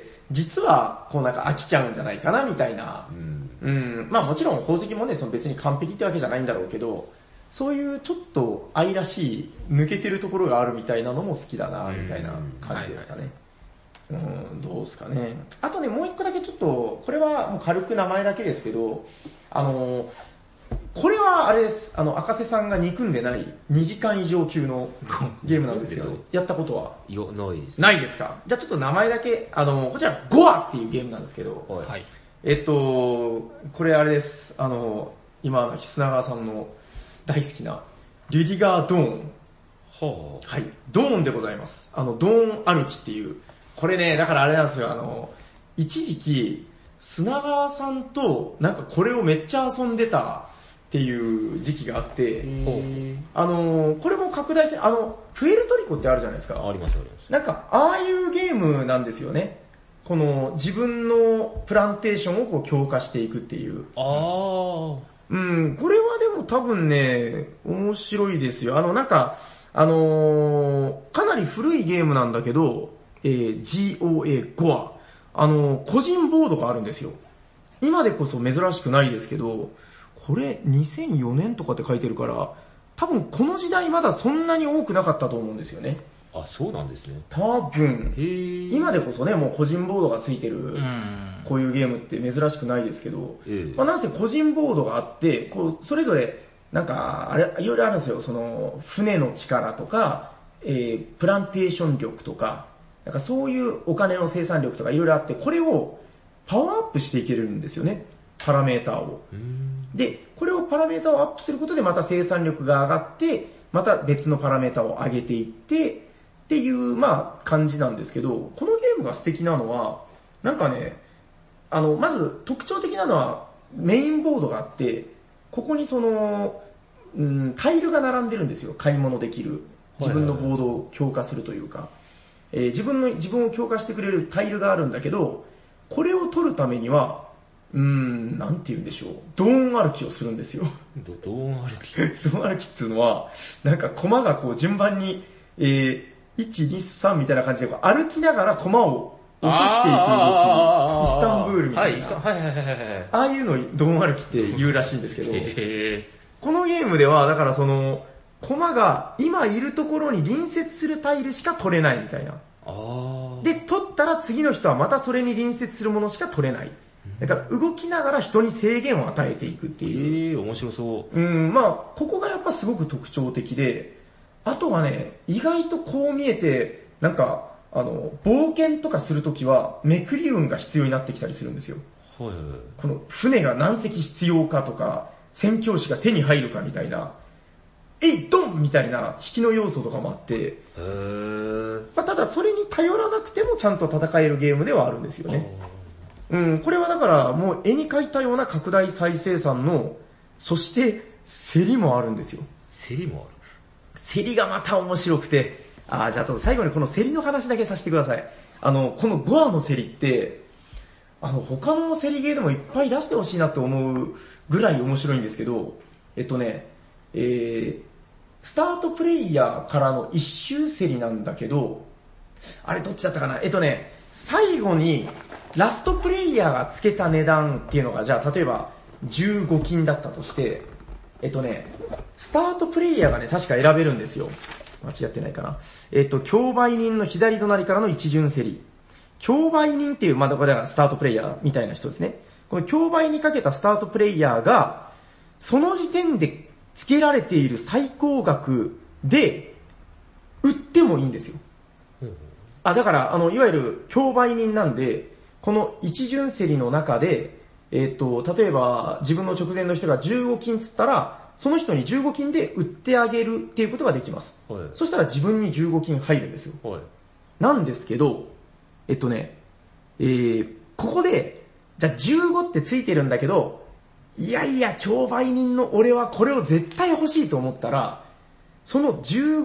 実は、こうなんか飽きちゃうんじゃないかな、みたいな。まあもちろん宝石もね、その別に完璧ってわけじゃないんだろうけど、そういうちょっと愛らしい、抜けてるところがあるみたいなのも好きだな、みたいな感じですかね。どうですかね。あとね、もう一個だけちょっと、これはもう軽く名前だけですけど、これはあれです。赤瀬さんが憎んでない2時間以上級のゲームなんですけど、やったことはないです。 ないですか？じゃあちょっと名前だけ、こちらゴアっていうゲームなんですけど、 はい。 これあれです。今、砂川さんの大好きな、リュディガー・ドーン。はい。ドーンでございます。ドーン歩きっていう。これね、だからあれなんですよ。一時期、砂川さんと、なんかこれをめっちゃ遊んでたっていう時期があって、これも拡大戦、プエルトリコってあるじゃないですか。 ありますあります。 なんか、ああいうゲームなんですよね。この自分のプランテーションをこう強化していくっていう。これはでも多分ね、面白いですよ。なんか、かなり古いゲームなんだけど、GOA 個人ボードがあるんですよ。今でこそ珍しくないですけど、これ2004年とかって書いてるから、多分この時代まだそんなに多くなかったと思うんですよね。 そうなんですね。 多分、今でこそね、もう個人ボードがついてる、こういうゲームって珍しくないですけど、なんせ個人ボードがあって、こう、それぞれ、なんか、いろいろあるんですよ。その、船の力とか、プランテーション力とか、なんかそういうお金の生産力とかいろいろあって、これをパワーアップしていけるんですよね。パラメーターを。で、これをパラメーターをアップすることでまた生産力が上がって、また別のパラメーターを上げていって、っていう、まあ、感じなんですけど、このゲームが素敵なのは、なんかね、まず特徴的なのは、メインボードがあって、ここにその、タイルが並んでるんですよ。買い物できる。自分のボードを強化するというか。 自分を強化してくれるタイルがあるんだけど、これを取るためには、なんて言うんでしょう。ドーン歩きをするんですよ。 ドーン歩きドーン歩きっていうのは、なんか駒がこう順番に、1、2、3みたいな感じで歩きながら駒を落としていく動き、イスタンブールみたいな。ああいうのをドーン歩きって言うらしいんですけど、このゲームでは、だからその、駒が今いるところに隣接するタイルしか取れないみたいな。で、取ったら次の人はまたそれに隣接するものしか取れない。だから動きながら人に制限を与えていくっていう。 面白そう。 まあここがやっぱすごく特徴的で、あとはね、意外とこう見えて、なんか、冒険とかするときは、めくり運が必要になってきたりするんですよ。この船が何隻必要かとか、宣教師が手に入るかみたいな、ドンみたいな引きの要素とかもあって、まあ、ただそれに頼らなくてもちゃんと戦えるゲームではあるんですよね。これはだからもう絵に描いたような拡大再生産の、そして競りもあるんですよ。 競りもある？ 競りがまた面白くて、じゃあちょっと最後にこの競りの話だけさせてください。このゴアの競りって、他の競りゲーでもいっぱい出してほしいなって思うぐらい面白いんですけど、スタートプレイヤーからの一周競りなんだけど、あれどっちだったかな？最後にラストプレイヤーがつけた値段っていうのが、じゃあ例えば15金だったとして、スタートプレイヤーがね、確か選べるんですよ。間違ってないかな。競売人の左隣からの一巡競り。競売人っていう、まだこれはスタートプレイヤーみたいな人ですね。この競売にかけたスタートプレイヤーが、その時点で付けられている最高額で、売ってもいいんですよ。だから、いわゆる競売人なんで、この一巡競りの中で、例えば自分の直前の人が15金つったら、その人に15金で売ってあげるっていうことができます。そしたら自分に15金入るんですよ。なんですけど、ここで、じゃあ15ってついてるんだけど、いやいや、競売人の俺はこれを絶対欲しいと思ったら、その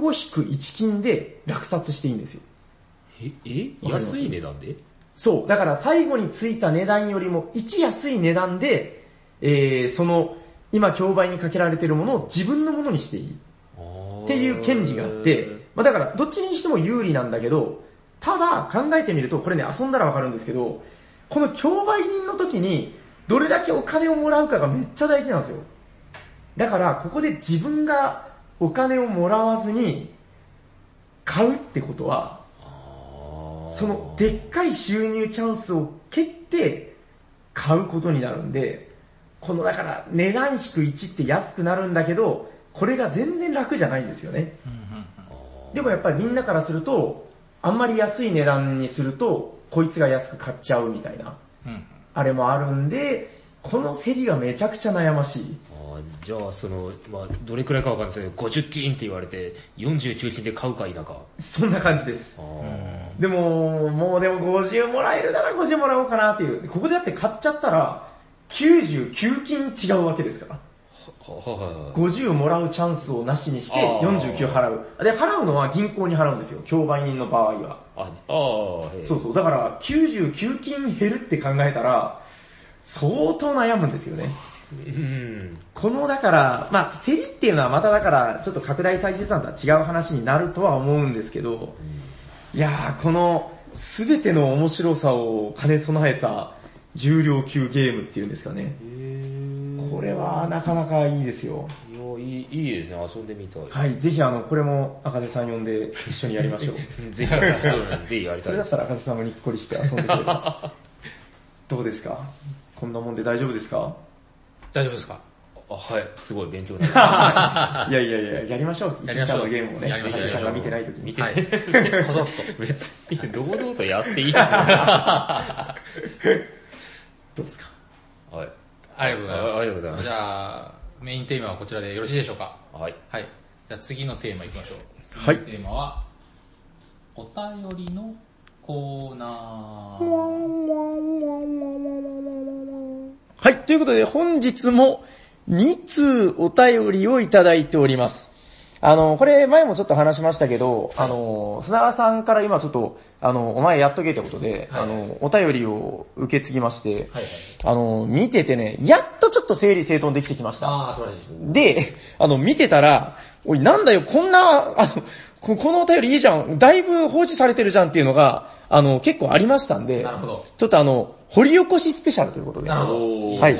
15-1金で落札していいんですよ。 安い値段で？ そう。だから最後についた値段よりも1安い値段で、その、今競売にかけられているものを自分のものにしていい。っていう権利があって、まあだからどっちにしても有利なんだけど、ただ考えてみると、これね、遊んだらわかるんですけど、この競売人の時に、どれだけお金をもらうかがめっちゃ大事なんですよ。だから、ここで自分がお金をもらわずに、買うってことは、そのでっかい収入チャンスを蹴って買うことになるんで、このだから値段引く1って安くなるんだけど、これが全然楽じゃないんですよね。でもやっぱりみんなからすると、あんまり安い値段にすると、こいつが安く買っちゃうみたいな、あれもあるんで、この競りがめちゃくちゃ悩ましい。 じゃあどれくらいかわかんないですけど、50金って言われて、49金で買うか否か。 そんな感じです。でも50もらえるなら50もらおうかなっていう。ここでだって買っちゃったら、99金違うわけですから。50もらうチャンスをなしにして49払う。で、払うのは銀行に払うんですよ。競売人の場合は。そうそう。だから99金減るって考えたら、相当悩むんですよね。このだから、競りっていうのはまただからちょっと拡大再生産とは違う話になるとは思うんですけど、いやーこの全ての面白さを兼ね備えた重量級ゲームっていうんですかね。これはなかなかいいですよ。 いいですね、遊んでみたい。 はい、ぜひこれも赤瀬さん呼んで一緒にやりましょう。 ぜひやりたいです。 それだったら赤瀬さんもにっこりして遊んでくれます。どうですか？こんなもんで大丈夫ですか？ 大丈夫ですか？ はい、すごい勉強になりました。 いや、やりましょう。1時間のゲームをね、赤瀬さんが見てないときに。 見てない。こそっと。別に、堂々とやっていいどうですか？ はい。ありがとうございます。 ありがとうございます。 じゃあ、メインテーマはこちらでよろしいでしょうか？ はい。 はい。じゃあ次のテーマいきましょう。 はい。 テーマは、お便りのコーナー。 はい。ということで本日も2通お便りをいただいております。 これ前もちょっと話しましたけど、砂川さんから今ちょっと、お前やっとけってことで、お便りを受け継ぎまして、見ててね、やっとちょっと整理整頓できてきました。 素晴らしい。 で、見てたら、おい、なんだよ、こんな、このお便りいいじゃん、だいぶ放置されてるじゃんっていうのが、結構ありましたんで、 なるほど。 ちょっと掘り起こしスペシャルということで。 なるほど。 はい。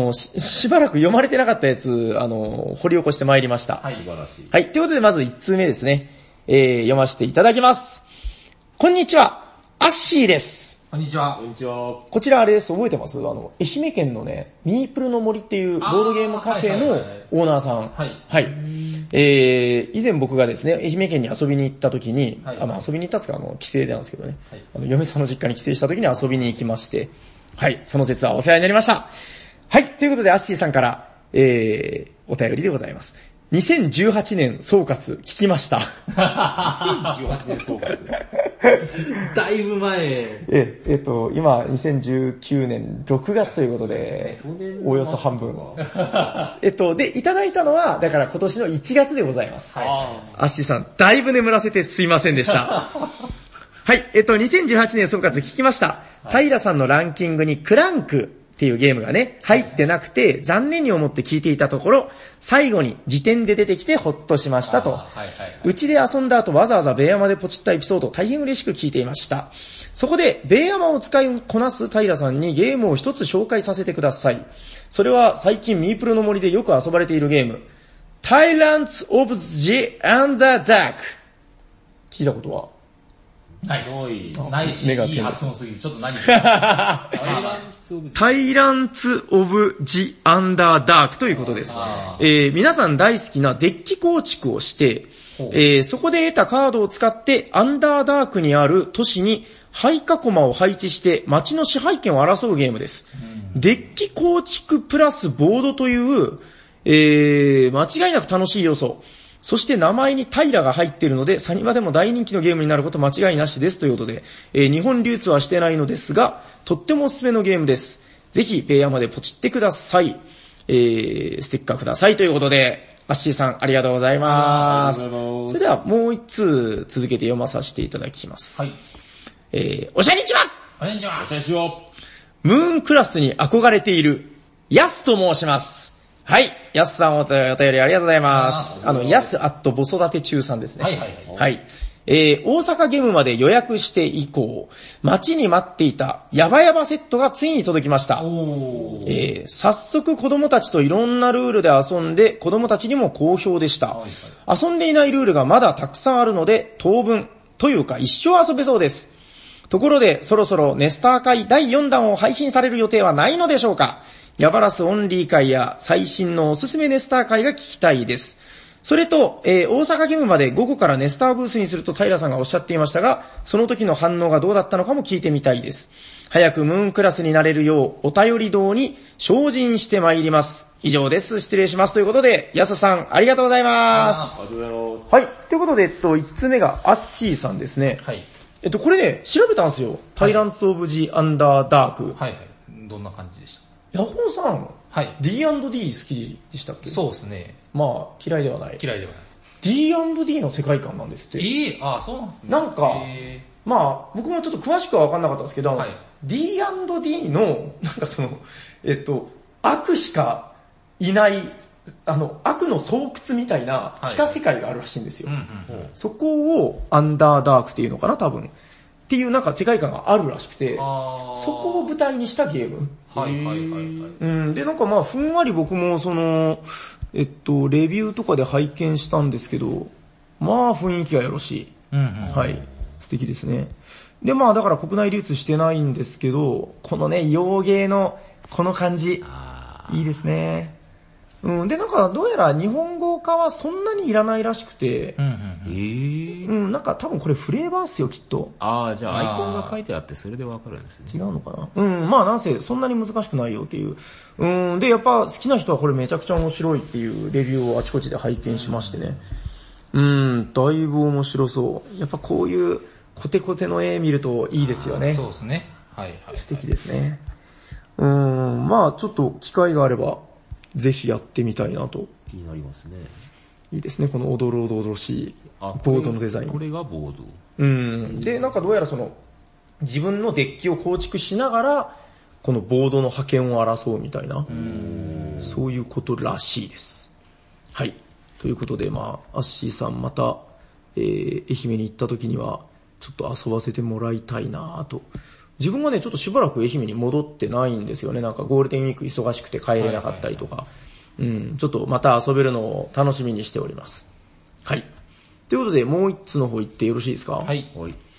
しばらく読まれてなかったやつ、掘り起こしてまいりました。 はい、素晴らしい。 はい。ということで、まず1通目ですね。読ませていただきます。こんにちは、アッシーです。 こんにちは。 こんにちは。 こちらあれです、覚えてます？愛媛県のね、ミープルの森っていうボードゲームカフェのオーナーさん。 はい。 はい。以前僕がですね、愛媛県に遊びに行った時に、遊びに行ったんですか、帰省でなんですけどね。嫁さんの実家に帰省した時に遊びに行きまして、はい、その説はお世話になりました。はい、ということでアッシーさんから、お便りでございます。2018年総括聞きました。 2018年総括だいぶ前。 今2019年6月ということで、およそ半分。で、いただいたのは、だから今年の1月でございます。アッシーさん、だいぶ眠らせてすいませんでした。はい、2018年総括聞きました。平さんのランキングにクランクっていうゲームがね、入ってなくて、残念に思って聞いていたところ、最後に時点で出てきてほっとしましたと。うちで遊んだ後わざわざベイヤマでポチったエピソードを大変嬉しく聞いていました。そこで、ベイヤマを使いこなす平さんにゲームを一つ紹介させてください。それは最近ミープルの森でよく遊ばれているゲーム、Tyrants of the Underdark。聞いたことは？ ないし、いい発音すぎて、ちょっと何タイランツ・オブ・ジ・アンダー・ダークということです。皆さん大好きなデッキ構築をして、そこで得たカードを使ってアンダーダークにある都市に配下駒を配置して街の支配権を争うゲームです。デッキ構築プラスボードという、間違いなく楽しい要素。そして名前に平が入っているので、サニバでも大人気のゲームになること間違いなしですということで、日本流通はしてないのですが、とってもおすすめのゲームです。ぜひ、ベイヤマでポチってください。ステッカーくださいということで、アッシーさんありがとうございます。それではもう一通続けて読まさせていただきます。はい。おしゃにちは。 こんにちは。 おしゃにちは。 ムーンクラスに憧れている、ヤスと申します。はい。ヤスさんお便りありがとうございます。ヤス子育て中さんですね。はい。大阪ゲームまで予約して以降、待ちに待っていたヤバヤバセットがついに届きました。早速子供たちといろんなルールで遊んで、子供たちにも好評でした。遊んでいないルールがまだたくさんあるので、当分というか一生遊べそうです。ところで、そろそろネスター会第4弾を配信される予定はないのでしょうか？ヤバラスオンリー会や最新のおすすめネスター会が聞きたいです。それと、大阪ゲームまで午後からネスターブースにすると平さんがおっしゃっていましたが、その時の反応がどうだったのかも聞いてみたいです。早くムーンクラスになれるようお便り道に精進してまいります。以上です。失礼します。ということで、ヤスさんありがとうございます。 ありがとうございます。 はい。ということで、1つ目がアッシーさんですね。はい。これね、調べたんですよ。タイランツ・オブ・ジ・アンダー・ダーク。 はいはい。どんな感じでした？ ヤホーさん、はい、D&D 好きでしたっけ？ そうですね。 まあ、嫌いではない。 嫌いではない。 D&D の世界観なんですって。 そうなんですね。 なんか、まあ、僕もちょっと詳しくは分かんなかったんですけど、はい、D&D の、なんかその、悪しかいない、悪の巣窟みたいな地下世界があるらしいんですよ。そこをアンダーダークっていうのかな、多分。っていうなんか世界観があるらしくて、そこを舞台にしたゲーム。で、なんかまあ、ふんわり僕もその、レビューとかで拝見したんですけど、まあ雰囲気がよろしい。はい。素敵ですね。で、まあだから国内流通してないんですけど、このね、洋芸のこの感じ、いいですね。で、なんかどうやら日本語化はそんなにいらないらしくて、なんか多分これフレーバーっすよ、きっと。 じゃあアイコンが書いてあってそれでわかるんですね。 違うのかな？まあなんせそんなに難しくないよっていう。で、やっぱ好きな人はこれめちゃくちゃ面白いっていうレビューをあちこちで拝見しましてね。だいぶ面白そう。やっぱこういうコテコテの絵見るといいですよね。 そうですね。はいはい。 素敵ですね。まあちょっと機会があれば、ぜひやってみたいなと。 気になりますね。 いいですね、このおどろおどろしいボードのデザイン。 これがボード。 で、なんかどうやらその、自分のデッキを構築しながら、このボードの覇権を争うみたいな、そういうことらしいです。はい。ということで、まあ、アッシーさんまた、愛媛に行った時には、ちょっと遊ばせてもらいたいなぁと。自分がね、ちょっとしばらく愛媛に戻ってないんですよね。なんかゴールデンウィーク忙しくて帰れなかったりとか。ちょっとまた遊べるのを楽しみにしております。はい。ということで、もう一つの方行ってよろしいですか？ はい。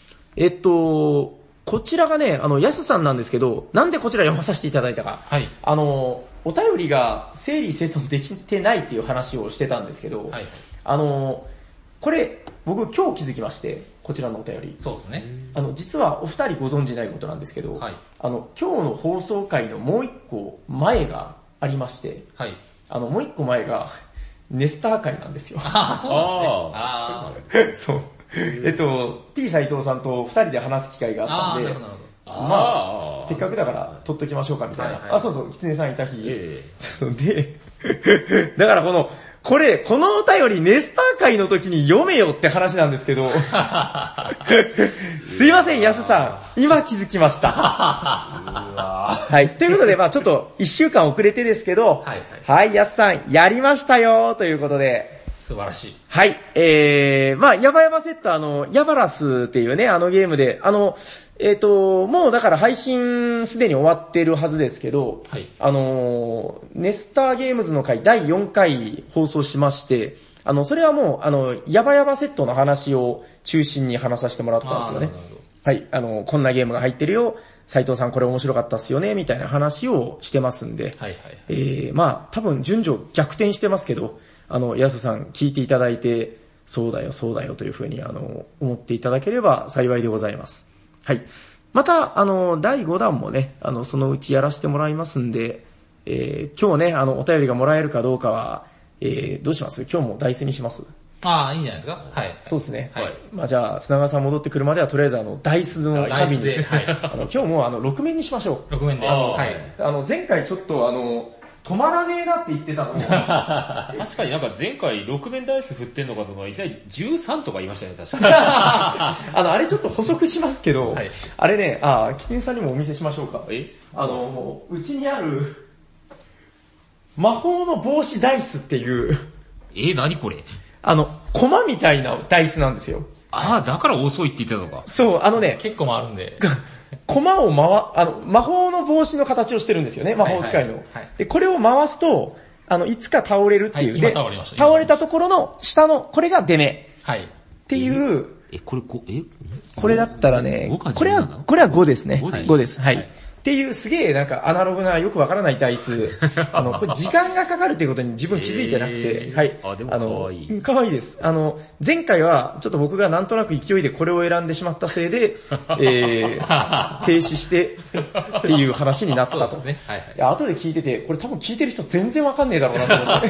こちらがね、ヤスさんなんですけど、なんでこちら読まさせていただいたか。 はい。 お便りが整理整頓できてないっていう話をしてたんですけど、 はい。 これ、僕今日気づきまして、こちらのお便り。 そうですね。 実はお二人ご存知ないことなんですけど、 はい。 今日の放送回のもう一個前がありまして、 はい。 もう一個前が、ネスター回なんですよ。 ああ、そうなんですね。 そう。T 斉藤さんと二人で話す機会があったんで、 なるほど。 まあ、せっかくだから撮っときましょうかみたいな。 はいはい、 そうそう、狐さんいた日。ちょっとで、だからこのお便りネスター会の時に読めよって話なんですけど、すいません、ヤスさん。今気づきました。はい。ということで、まあちょっと一週間遅れてですけど、はい、ヤスさん、やりましたよということで、 素晴らしい。 はい。まあヤバヤバセット、ヤバラスっていうね、ゲームで、もうだから配信すでに終わってるはずですけど、 はい。 ネスターゲームズの回第4回放送しまして、それはもう、ヤバヤバセットの話を中心に話させてもらったんですよね。はい。こんなゲームが入ってるよ。斉藤さんこれ面白かったっすよね。みたいな話をしてますんで。 はいはい。 まあ多分順序逆転してますけど、ヤスさん聞いていただいて、そうだよというふうに、思っていただければ幸いでございます。はい。また、第5弾もね、そのうちやらせてもらいますんで、今日ね、お便りがもらえるかどうかは、どうします？今日もダイスにします？ ああ、いいんじゃないですか？はい。 そうですね。 はい。 まあじゃあ、砂川さん戻ってくるまではとりあえずダイスの紙に、 はい。 今日も6面にしましょう。 6面で。はい。 前回ちょっと止まらねえなって言ってたのも。 確かになんか前回6面ダイス振ってんのかとか、いきなり13とか言いましたね、確かに。 あれちょっと補足しますけど、 はい、 あれね、キツネさんにもお見せしましょうか。うちにある、魔法の帽子ダイスっていう。 何これ？ コマみたいなダイスなんですよ。 だから遅いって言ってたのか。 そう、 結構回るんで。 コマを魔法の帽子の形をしてるんですよね、魔法使いの。で、これを回すと、いつか倒れるっていう。 今倒れました。 倒れたところの下の、これが出目。 はい。 っていう、これだったらね、これは5ですね。5です。はい。っていうすげえなんかアナログなよくわからないダイス。これ時間がかかるっていうことに自分気づいてなくて。はい。 でもかわいい。 かわいいです。前回はちょっと僕がなんとなく勢いでこれを選んでしまったせいで、停止してっていう話になったと。 そうですね。はい。 後で聞いてて、これ多分聞いてる人全然わかんねえだろうなと思って。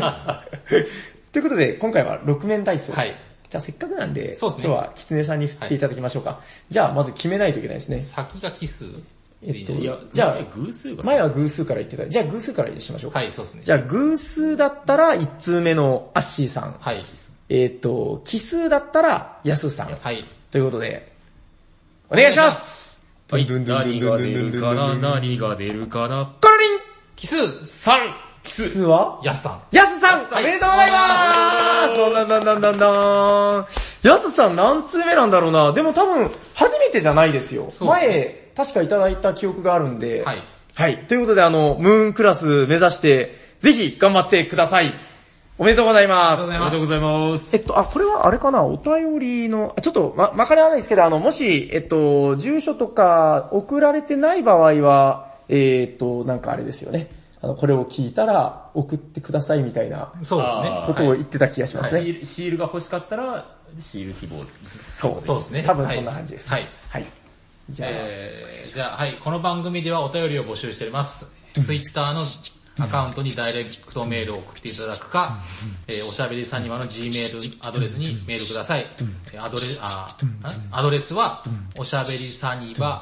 ということで、今回は6面ダイス。はい。じゃあせっかくなんで、今日はキツネさんに振っていただきましょうか。じゃあまず決めないといけないですね。 先が奇数？ じゃあ、前は偶数から言ってた。じゃあ偶数からしましょうか。 はい、そうですね。 じゃあ偶数だったら1通目のアッシーさん。 はい。 奇数だったらヤスさん。 はい。 ということで、お願いしますはい。何が出るかな何が出るかなコロリン奇数 !3! 奇数はヤスさん。 ヤスさんおめでとうございますどん。ヤスさん何通目なんだろうな。でも多分、初めてじゃないですよ。前、確かいただいた記憶があるんで。 はい。 はい。ということでムーンクラス目指して、ぜひ頑張ってください。おめでとうございます。 おめでとうございます。 これはあれかなお便りの、ちょっとわからないですけど、もし、住所とか送られてない場合は、なんかあれですよね。これを聞いたら送ってくださいみたいなそうですね。 ことを言ってた気がしますね。 シールが欲しかったら、シール希望。 そうですね。多分そんな感じです。 はい。 はい。 じゃあ、はい。この番組ではお便りを募集しております。ツイッターのアカウントにダイレクトメールを送っていただくか、おしゃべりサニバの Gmail アドレスにメールください。アドレスは、おしゃべりサニバ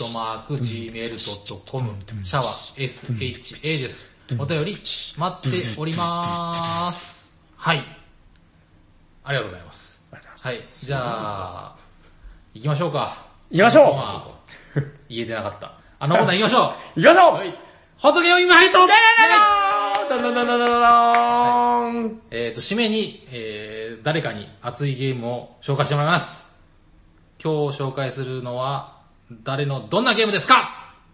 @gmail.com、シャワー SHA です。お便り待っております。はい。 ありがとうございます。はい。じゃあ、行きましょうか。 行きましょう、 まあ、言えてなかった。あのコーナー行きましょう行きましょう、 はい。ホットゲーム今入ったの締めに、誰かに熱いゲームを紹介してもらいます。今日紹介するのは、誰のどんなゲームですか？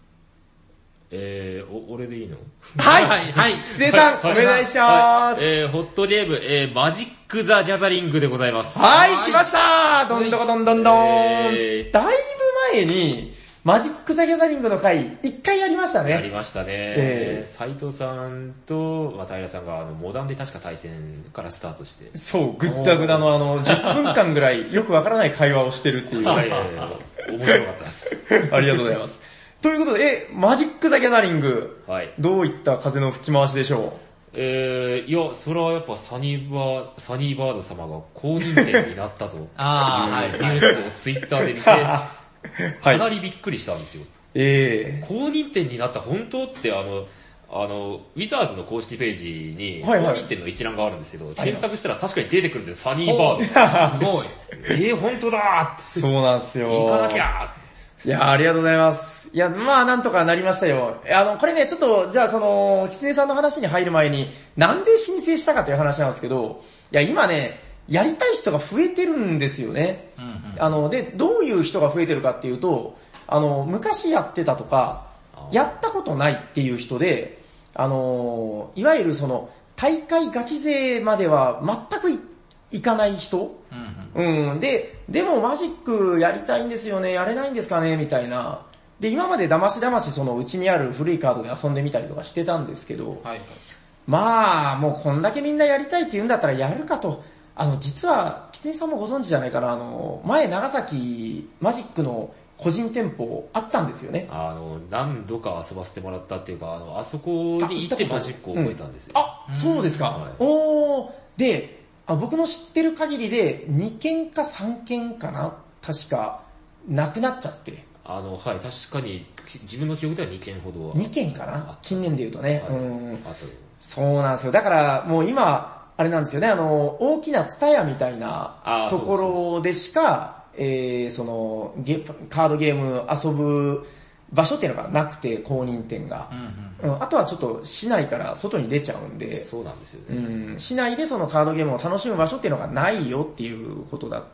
俺でいいの？ はい。 はい。 きつねさん、お願いします。 ホットゲーム、マジック・ザ・ギャザリングでございます。 はい、来ましたどんどこどんどんどん、だいぶ前に、マジック・ザ・ギャザリングの回、一回やりましたね。 やりましたね。斉藤さんと平さんがモダンで確か対戦からスタートして。 そう、ぐったぐだの10分間ぐらいよくわからない会話をしてるっていう。 面白かったです。 ありがとうございます。ということで、マジック・ザ・ギャザリング。 はい。 どういった風の吹き回しでしょう？いや、それはやっぱサニーバード様が公認店になったというニュースをツイッターで見て、かなりびっくりしたんですよ。公認店になった本当ってウィザーズの公式ページに公認店の一覧があるんですけど、検索したら確かに出てくるんですよ、サニーバード。 すごい。 本当だーって。 そうなんですよ。 行かなきゃー。 いや、ありがとうございます。いや、まあ、なんとかなりましたよ。これね、ちょっと、じゃあキツネさんの話に入る前に、なんで申請したかという話なんですけど、いや、今ね、やりたい人が増えてるんですよね。で、どういう人が増えてるかっていうと、昔やってたとか、やったことないっていう人で、いわゆる大会ガチ勢までは全くいかない人、でもマジックやりたいんですよね、やれないんですかね、みたいな。で、今までだましうちにある古いカードで遊んでみたりとかしてたんですけど、まあ、もうこんだけみんなやりたいって言うんだったらやるかと。実は、キツネさんもご存知じゃないかな、前長崎マジックの個人店舗あったんですよね。 何度か遊ばせてもらったっていうか、あそこに行ってマジックを覚えたんですよ。 そうですか。で、僕の知ってる限りで2件か3件かな、確か、なくなっちゃって。 確かに自分の記憶では2件ほどは。 2件かな、近年で言うとね。そうなんですよ。だからもう今、あれなんですよね、大きなツタヤみたいなところでしか、カードゲーム遊ぶ場所っていうのがなくて、公認店が。あとはちょっと市内から外に出ちゃうんで、 そうなんですよね。 市内でそのカードゲームを楽しむ場所っていうのがないよっていうことだった。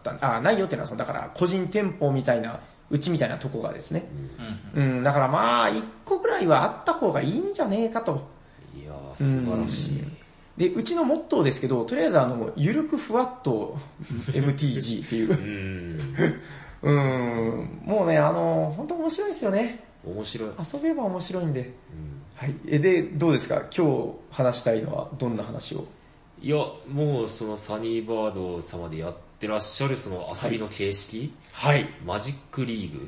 ないよっていうのはだから個人店舗みたいな、うちみたいなとこがですね。だからまあ、1個ぐらいはあった方がいいんじゃねえかと。 いやー、素晴らしい。 で、うちのモットーですけど、とりあえずゆるくふわっと MTG っていう。もうね、本当面白いですよね。 面白い。 遊べば面白いんで。はい。で、どうですか？今日話したいのはどんな話を？ いや、もうそのサニーバード様でやってらっしゃるその遊びの形式、マジックリーグ。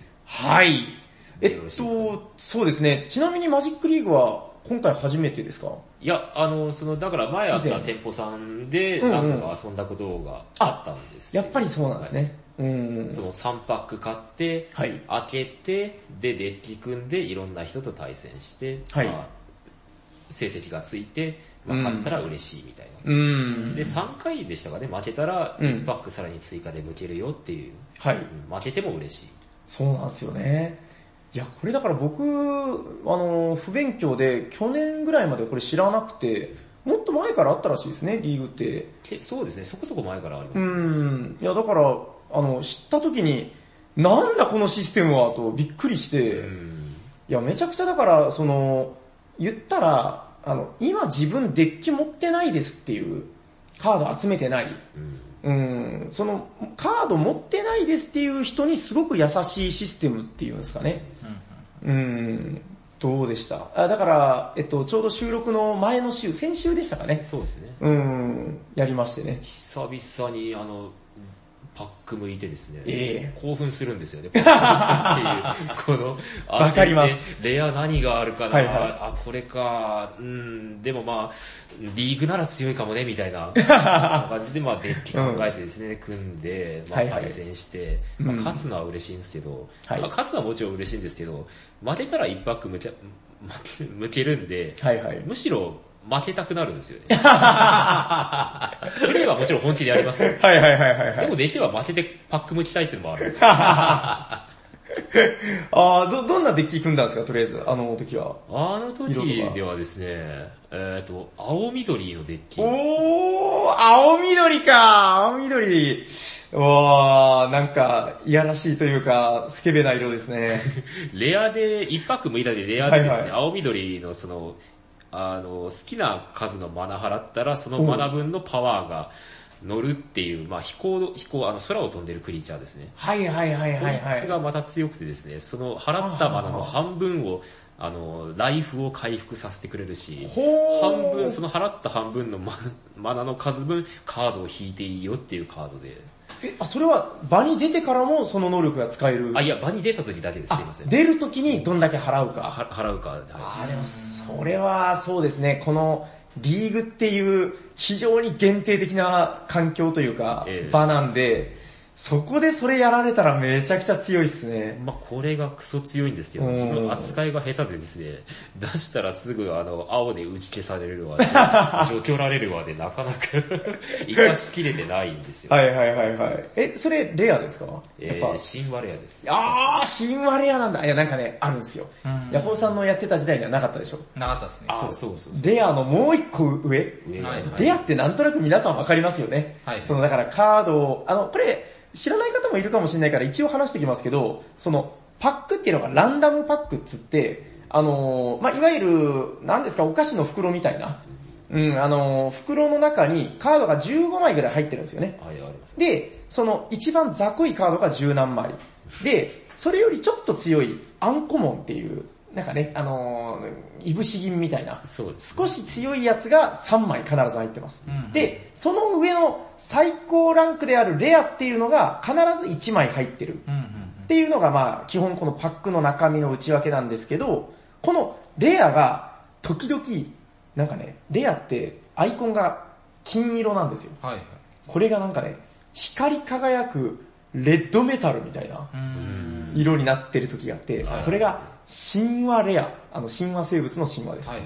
そうですね。ちなみにマジックリーグは今回初めてですか？ いや、だから前あった店舗さんで何度か遊んだことがあったんです。 やっぱりそうなんですね。 その3パック買って、開けて、で、デッキ組んで、いろんな人と対戦して、成績がついて、勝ったら嬉しいみたいな。で、3回でしたかね、負けたら1パックさらに追加で向けるよっていう。負けても嬉しい。 そうなんですよね。いや、これだから僕、不勉強で去年ぐらいまでこれ知らなくて、もっと前からあったらしいですね、リーグって。 そうですね、そこそこ前からありますね。 いや、だから、知った時に、なんだこのシステムはとびっくりして、いや、めちゃくちゃだから、言ったら、今自分デッキ持ってないですっていうカード集めてない。そのカード持ってないですっていう人にすごく優しいシステムっていうんですかね。どうでした？だから、ちょうど収録の前の週、先週でしたかね。 そうですね。 やりましてね。 久々にパック向いてですね、興奮するんですよね。この、 わかります。 レア何があるかな、これか、でもまあ、リーグなら強いかもね、みたいな感じで、まあ、デッキ考えてですね、組んで、まあ、対戦して、勝つのは嬉しいんですけど、勝つのはもちろん嬉しいんですけど、負けたら1パック向けるんで、むしろ、 負けたくなるんですよね。プレイはもちろん本気でやりますよ。 はいはいはいはい、はい。 でもできれば負けてパック向きたいっていうのもあるんですよ。 どんなデッキ組んだんですか、とりあえず、あの時は。 あの時ではですね、青緑のデッキ。 青緑か、青緑。なんか、いやらしいというか、スケベな色ですね。 レアで、一パック剥いたでレアでですね、 はいはい、 青緑のその、好きな数のマナ払ったら、そのマナ分のパワーが乗るっていう、まあ飛行、空を飛んでるクリーチャーですね。 はいはいはいはいはい。 こいつがまた強くてですね、その払ったマナの半分を、ライフを回復させてくれるし、その払った半分のマナの数分カードを引いていいよっていうカードで。 それは場に出てからもその能力が使える？ いや、場に出た時だけです。すいません。 出る時にどんだけ払うか。 払うか。 はい、でもそれはそうですね、このリーグっていう非常に限定的な環境というか、場なんで、そこでそれやられたらめちゃくちゃ強いっすね。 まあこれがクソ強いんですけど、その扱いが下手でですね、出したらすぐ青で打ち消されるわで、除去られるわでなかなか生かしきれてないんですよ。 はいはいはいはい。それレアですか？ 神話レアです。 神話レアなんだ。いやなんかね、あるんですよ。ヤホーさんのやってた時代にはなかったでしょ？ なかったですね。 そう。 レアのもう一個上、レアってなんとなく皆さんわかりますよね。はい。そのだからカードを、これ、知らない方もいるかもしれないから一応話しておきますけど、そのパックっていうのがランダムパックっつって、いわゆる、何ですか、お菓子の袋みたいな。袋の中にカードが15枚ぐらい入ってるんですよね。で、その一番雑魚いカードが10何枚。で、それよりちょっと強いアンコモンっていう、なんかね、いぶし銀みたいな、少し強いやつが3枚必ず入ってます。で、その上の最高ランクであるレアっていうのが必ず1枚入ってる。っていうのがまあ基本このパックの中身の内訳なんですけど、このレアが時々、なんかね、レアってアイコンが金色なんですよ。はい、これがなんかね、光り輝くレッドメタルみたいな色になってる時があって、これが神話レア、神話生物の神話です。はいはい、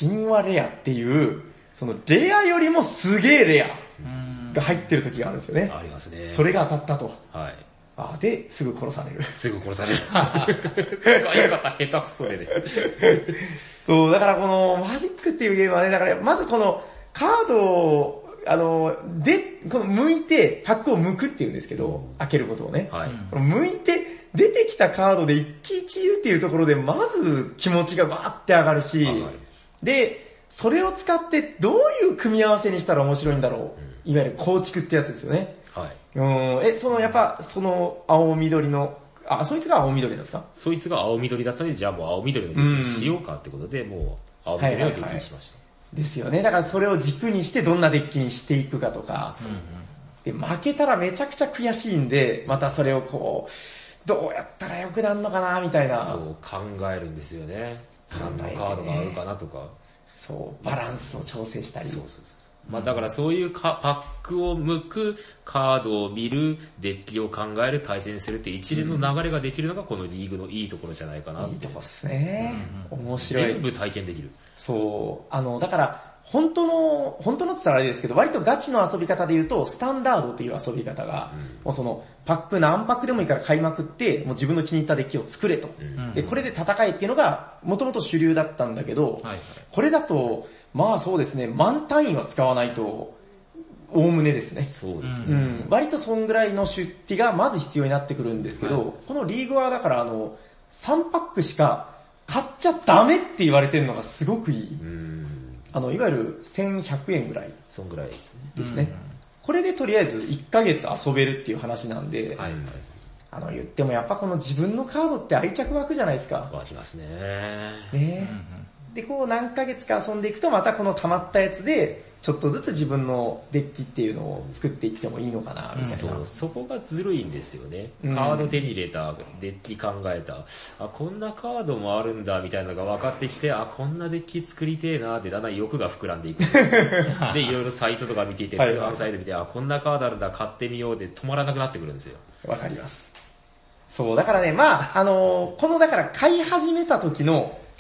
神話レアっていう、そのレアよりもすげえレアが入ってる時があるんですよね。 ありますね。 それが当たったと。 はい。 で、すぐ殺される。 すぐ殺される。使い方下手くそでね。 そう、だからこのマジックっていうゲームはね、だからまずこのカードを、この剥いて、パックを剥くっていうんですけど、開けることをね。はい。剥いて、出てきたカードで一喜一憂っていうところで、まず気持ちがバーって上がるし、で、それを使ってどういう組み合わせにしたら面白いんだろう。いわゆる構築ってやつですよね。はい。やっぱ、その青緑の、そいつが青緑なんですか？ そいつが青緑だったので、じゃあもう青緑のデッキにしようかってことで、もう青緑のデッキにしました。 ですよね。だからそれを軸にしてどんなデッキにしていくかとか、で負けたらめちゃくちゃ悔しいんで、またそれをこう、どうやったら良くなるのかなみたいな。 そう考えるんですよね。何のカードがあるかなとか。 そう、バランスを調整したり。そう。 まあだからそういうパックを剥く、カードを見る、デッキを考える、対戦するって一連の流れができるのがこのリーグのいいところじゃないかな。 いいとこっすね。面白い。 全部体験できる。 そう。だから、本当のって言ったらあれですけど、割とガチの遊び方で言うと、スタンダードっていう遊び方が、もうその、パック何パックでもいいから買いまくって、もう自分の気に入ったデッキを作れと。で、これで戦えっていうのが、もともと主流だったんだけど、これだと、まあそうですね、満単位は使わないと、おおむねですね。 そうですね。 割とそんぐらいの出費がまず必要になってくるんですけど、このリーグはだから3パックしか買っちゃダメって言われてるのがすごくいい。いわゆる1100円ぐらい。 そんぐらいですね。 ですね。これでとりあえず1ヶ月遊べるっていう話なんで、言ってもやっぱこの自分のカードって愛着湧くじゃないですか。 湧きますね。 で、こう何ヶ月か遊んでいくとまたこの溜まったやつで、ちょっとずつ自分のデッキっていうのを作っていってもいいのかな、みたいな。 そこがずるいんですよね。カード手に入れた、デッキ考えた、こんなカードもあるんだ、みたいなのが分かってきて、こんなデッキ作りてえな、でだんだん欲が膨らんでいく。で、いろいろサイトとか見ていて、通販サイト見て、こんなカードあるんだ、買ってみようで止まらなくなってくるんですよ。 わかります。そう、だからね、このだから買い始めた時の、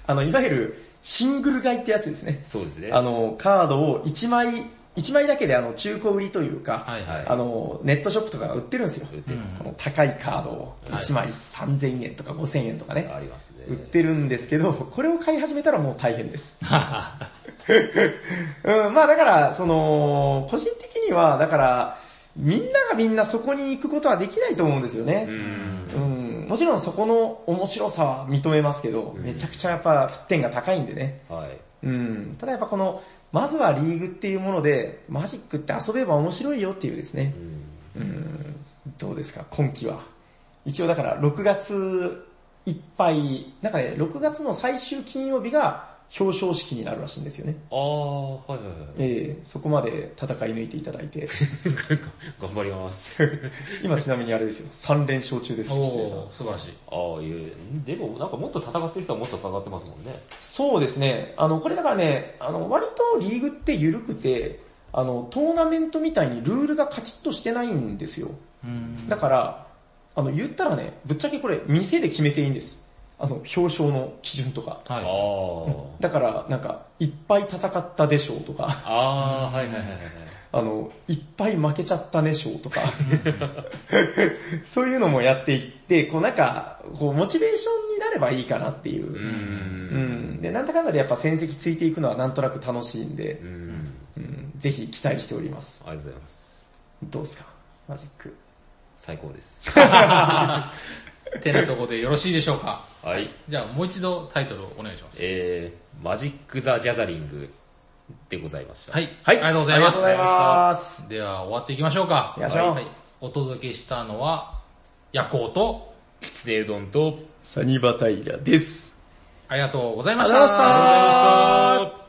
いわゆるシングル買いってやつですね。 そうですね。 カードを1枚だけで中古売りというか、 はいはい、 ネットショップとかが売ってるんですよ。その高いカードを1枚3000円とか5000円とかね。 ありますね。 売ってるんですけど、これを買い始めたらもう大変です。まあだから、個人的には、だから、みんながみんなそこに行くことはできないと思うんですよね。もちろんそこの面白さは認めますけど、めちゃくちゃやっぱ沸点が高いんでね。 はい。 ただやっぱまずはリーグっていうもので、マジックって遊べば面白いよっていうですね。どうですか、今期は。一応だから6月いっぱい、なんかね、6月の最終金曜日が表彰式になるらしいんですよね。 はいはいはい。 そこまで戦い抜いていただいて。 頑張ります。 今ちなみにあれですよ、3連勝中です。 素晴らしい。 でもなんかもっと戦ってる人はもっと戦ってますもんね。 そうですね。これだからね、割とリーグって緩くて、トーナメントみたいにルールがカチッとしてないんですよ。だから、言ったらね、ぶっちゃけこれ店で決めていいんです。表彰の基準とか。 はい、 だから、なんか、いっぱい戦ったでしょうとか。 はいはいはいはい。 いっぱい負けちゃったねしょうとか。そういうのもやっていって、なんか、モチベーションになればいいかなっていう。で、なんだかんだでやっぱ戦績ついていくのはなんとなく楽しいんで、ぜひ期待しております。 ありがとうございます。 どうですか、マジック。 最高です。 てなところでよろしいでしょうか。 はい。 じゃあもう一度タイトルをお願いします。 マジック・ザ・ギャザリングでございました。 はい。ありがとうございます。 ありがとうございます。 では終わっていきましょうか。 はい。 お届けしたのは、ヤコウと、 キツネうどんと、 サニバタイラです。 ありがとうございました。 ありがとうございました。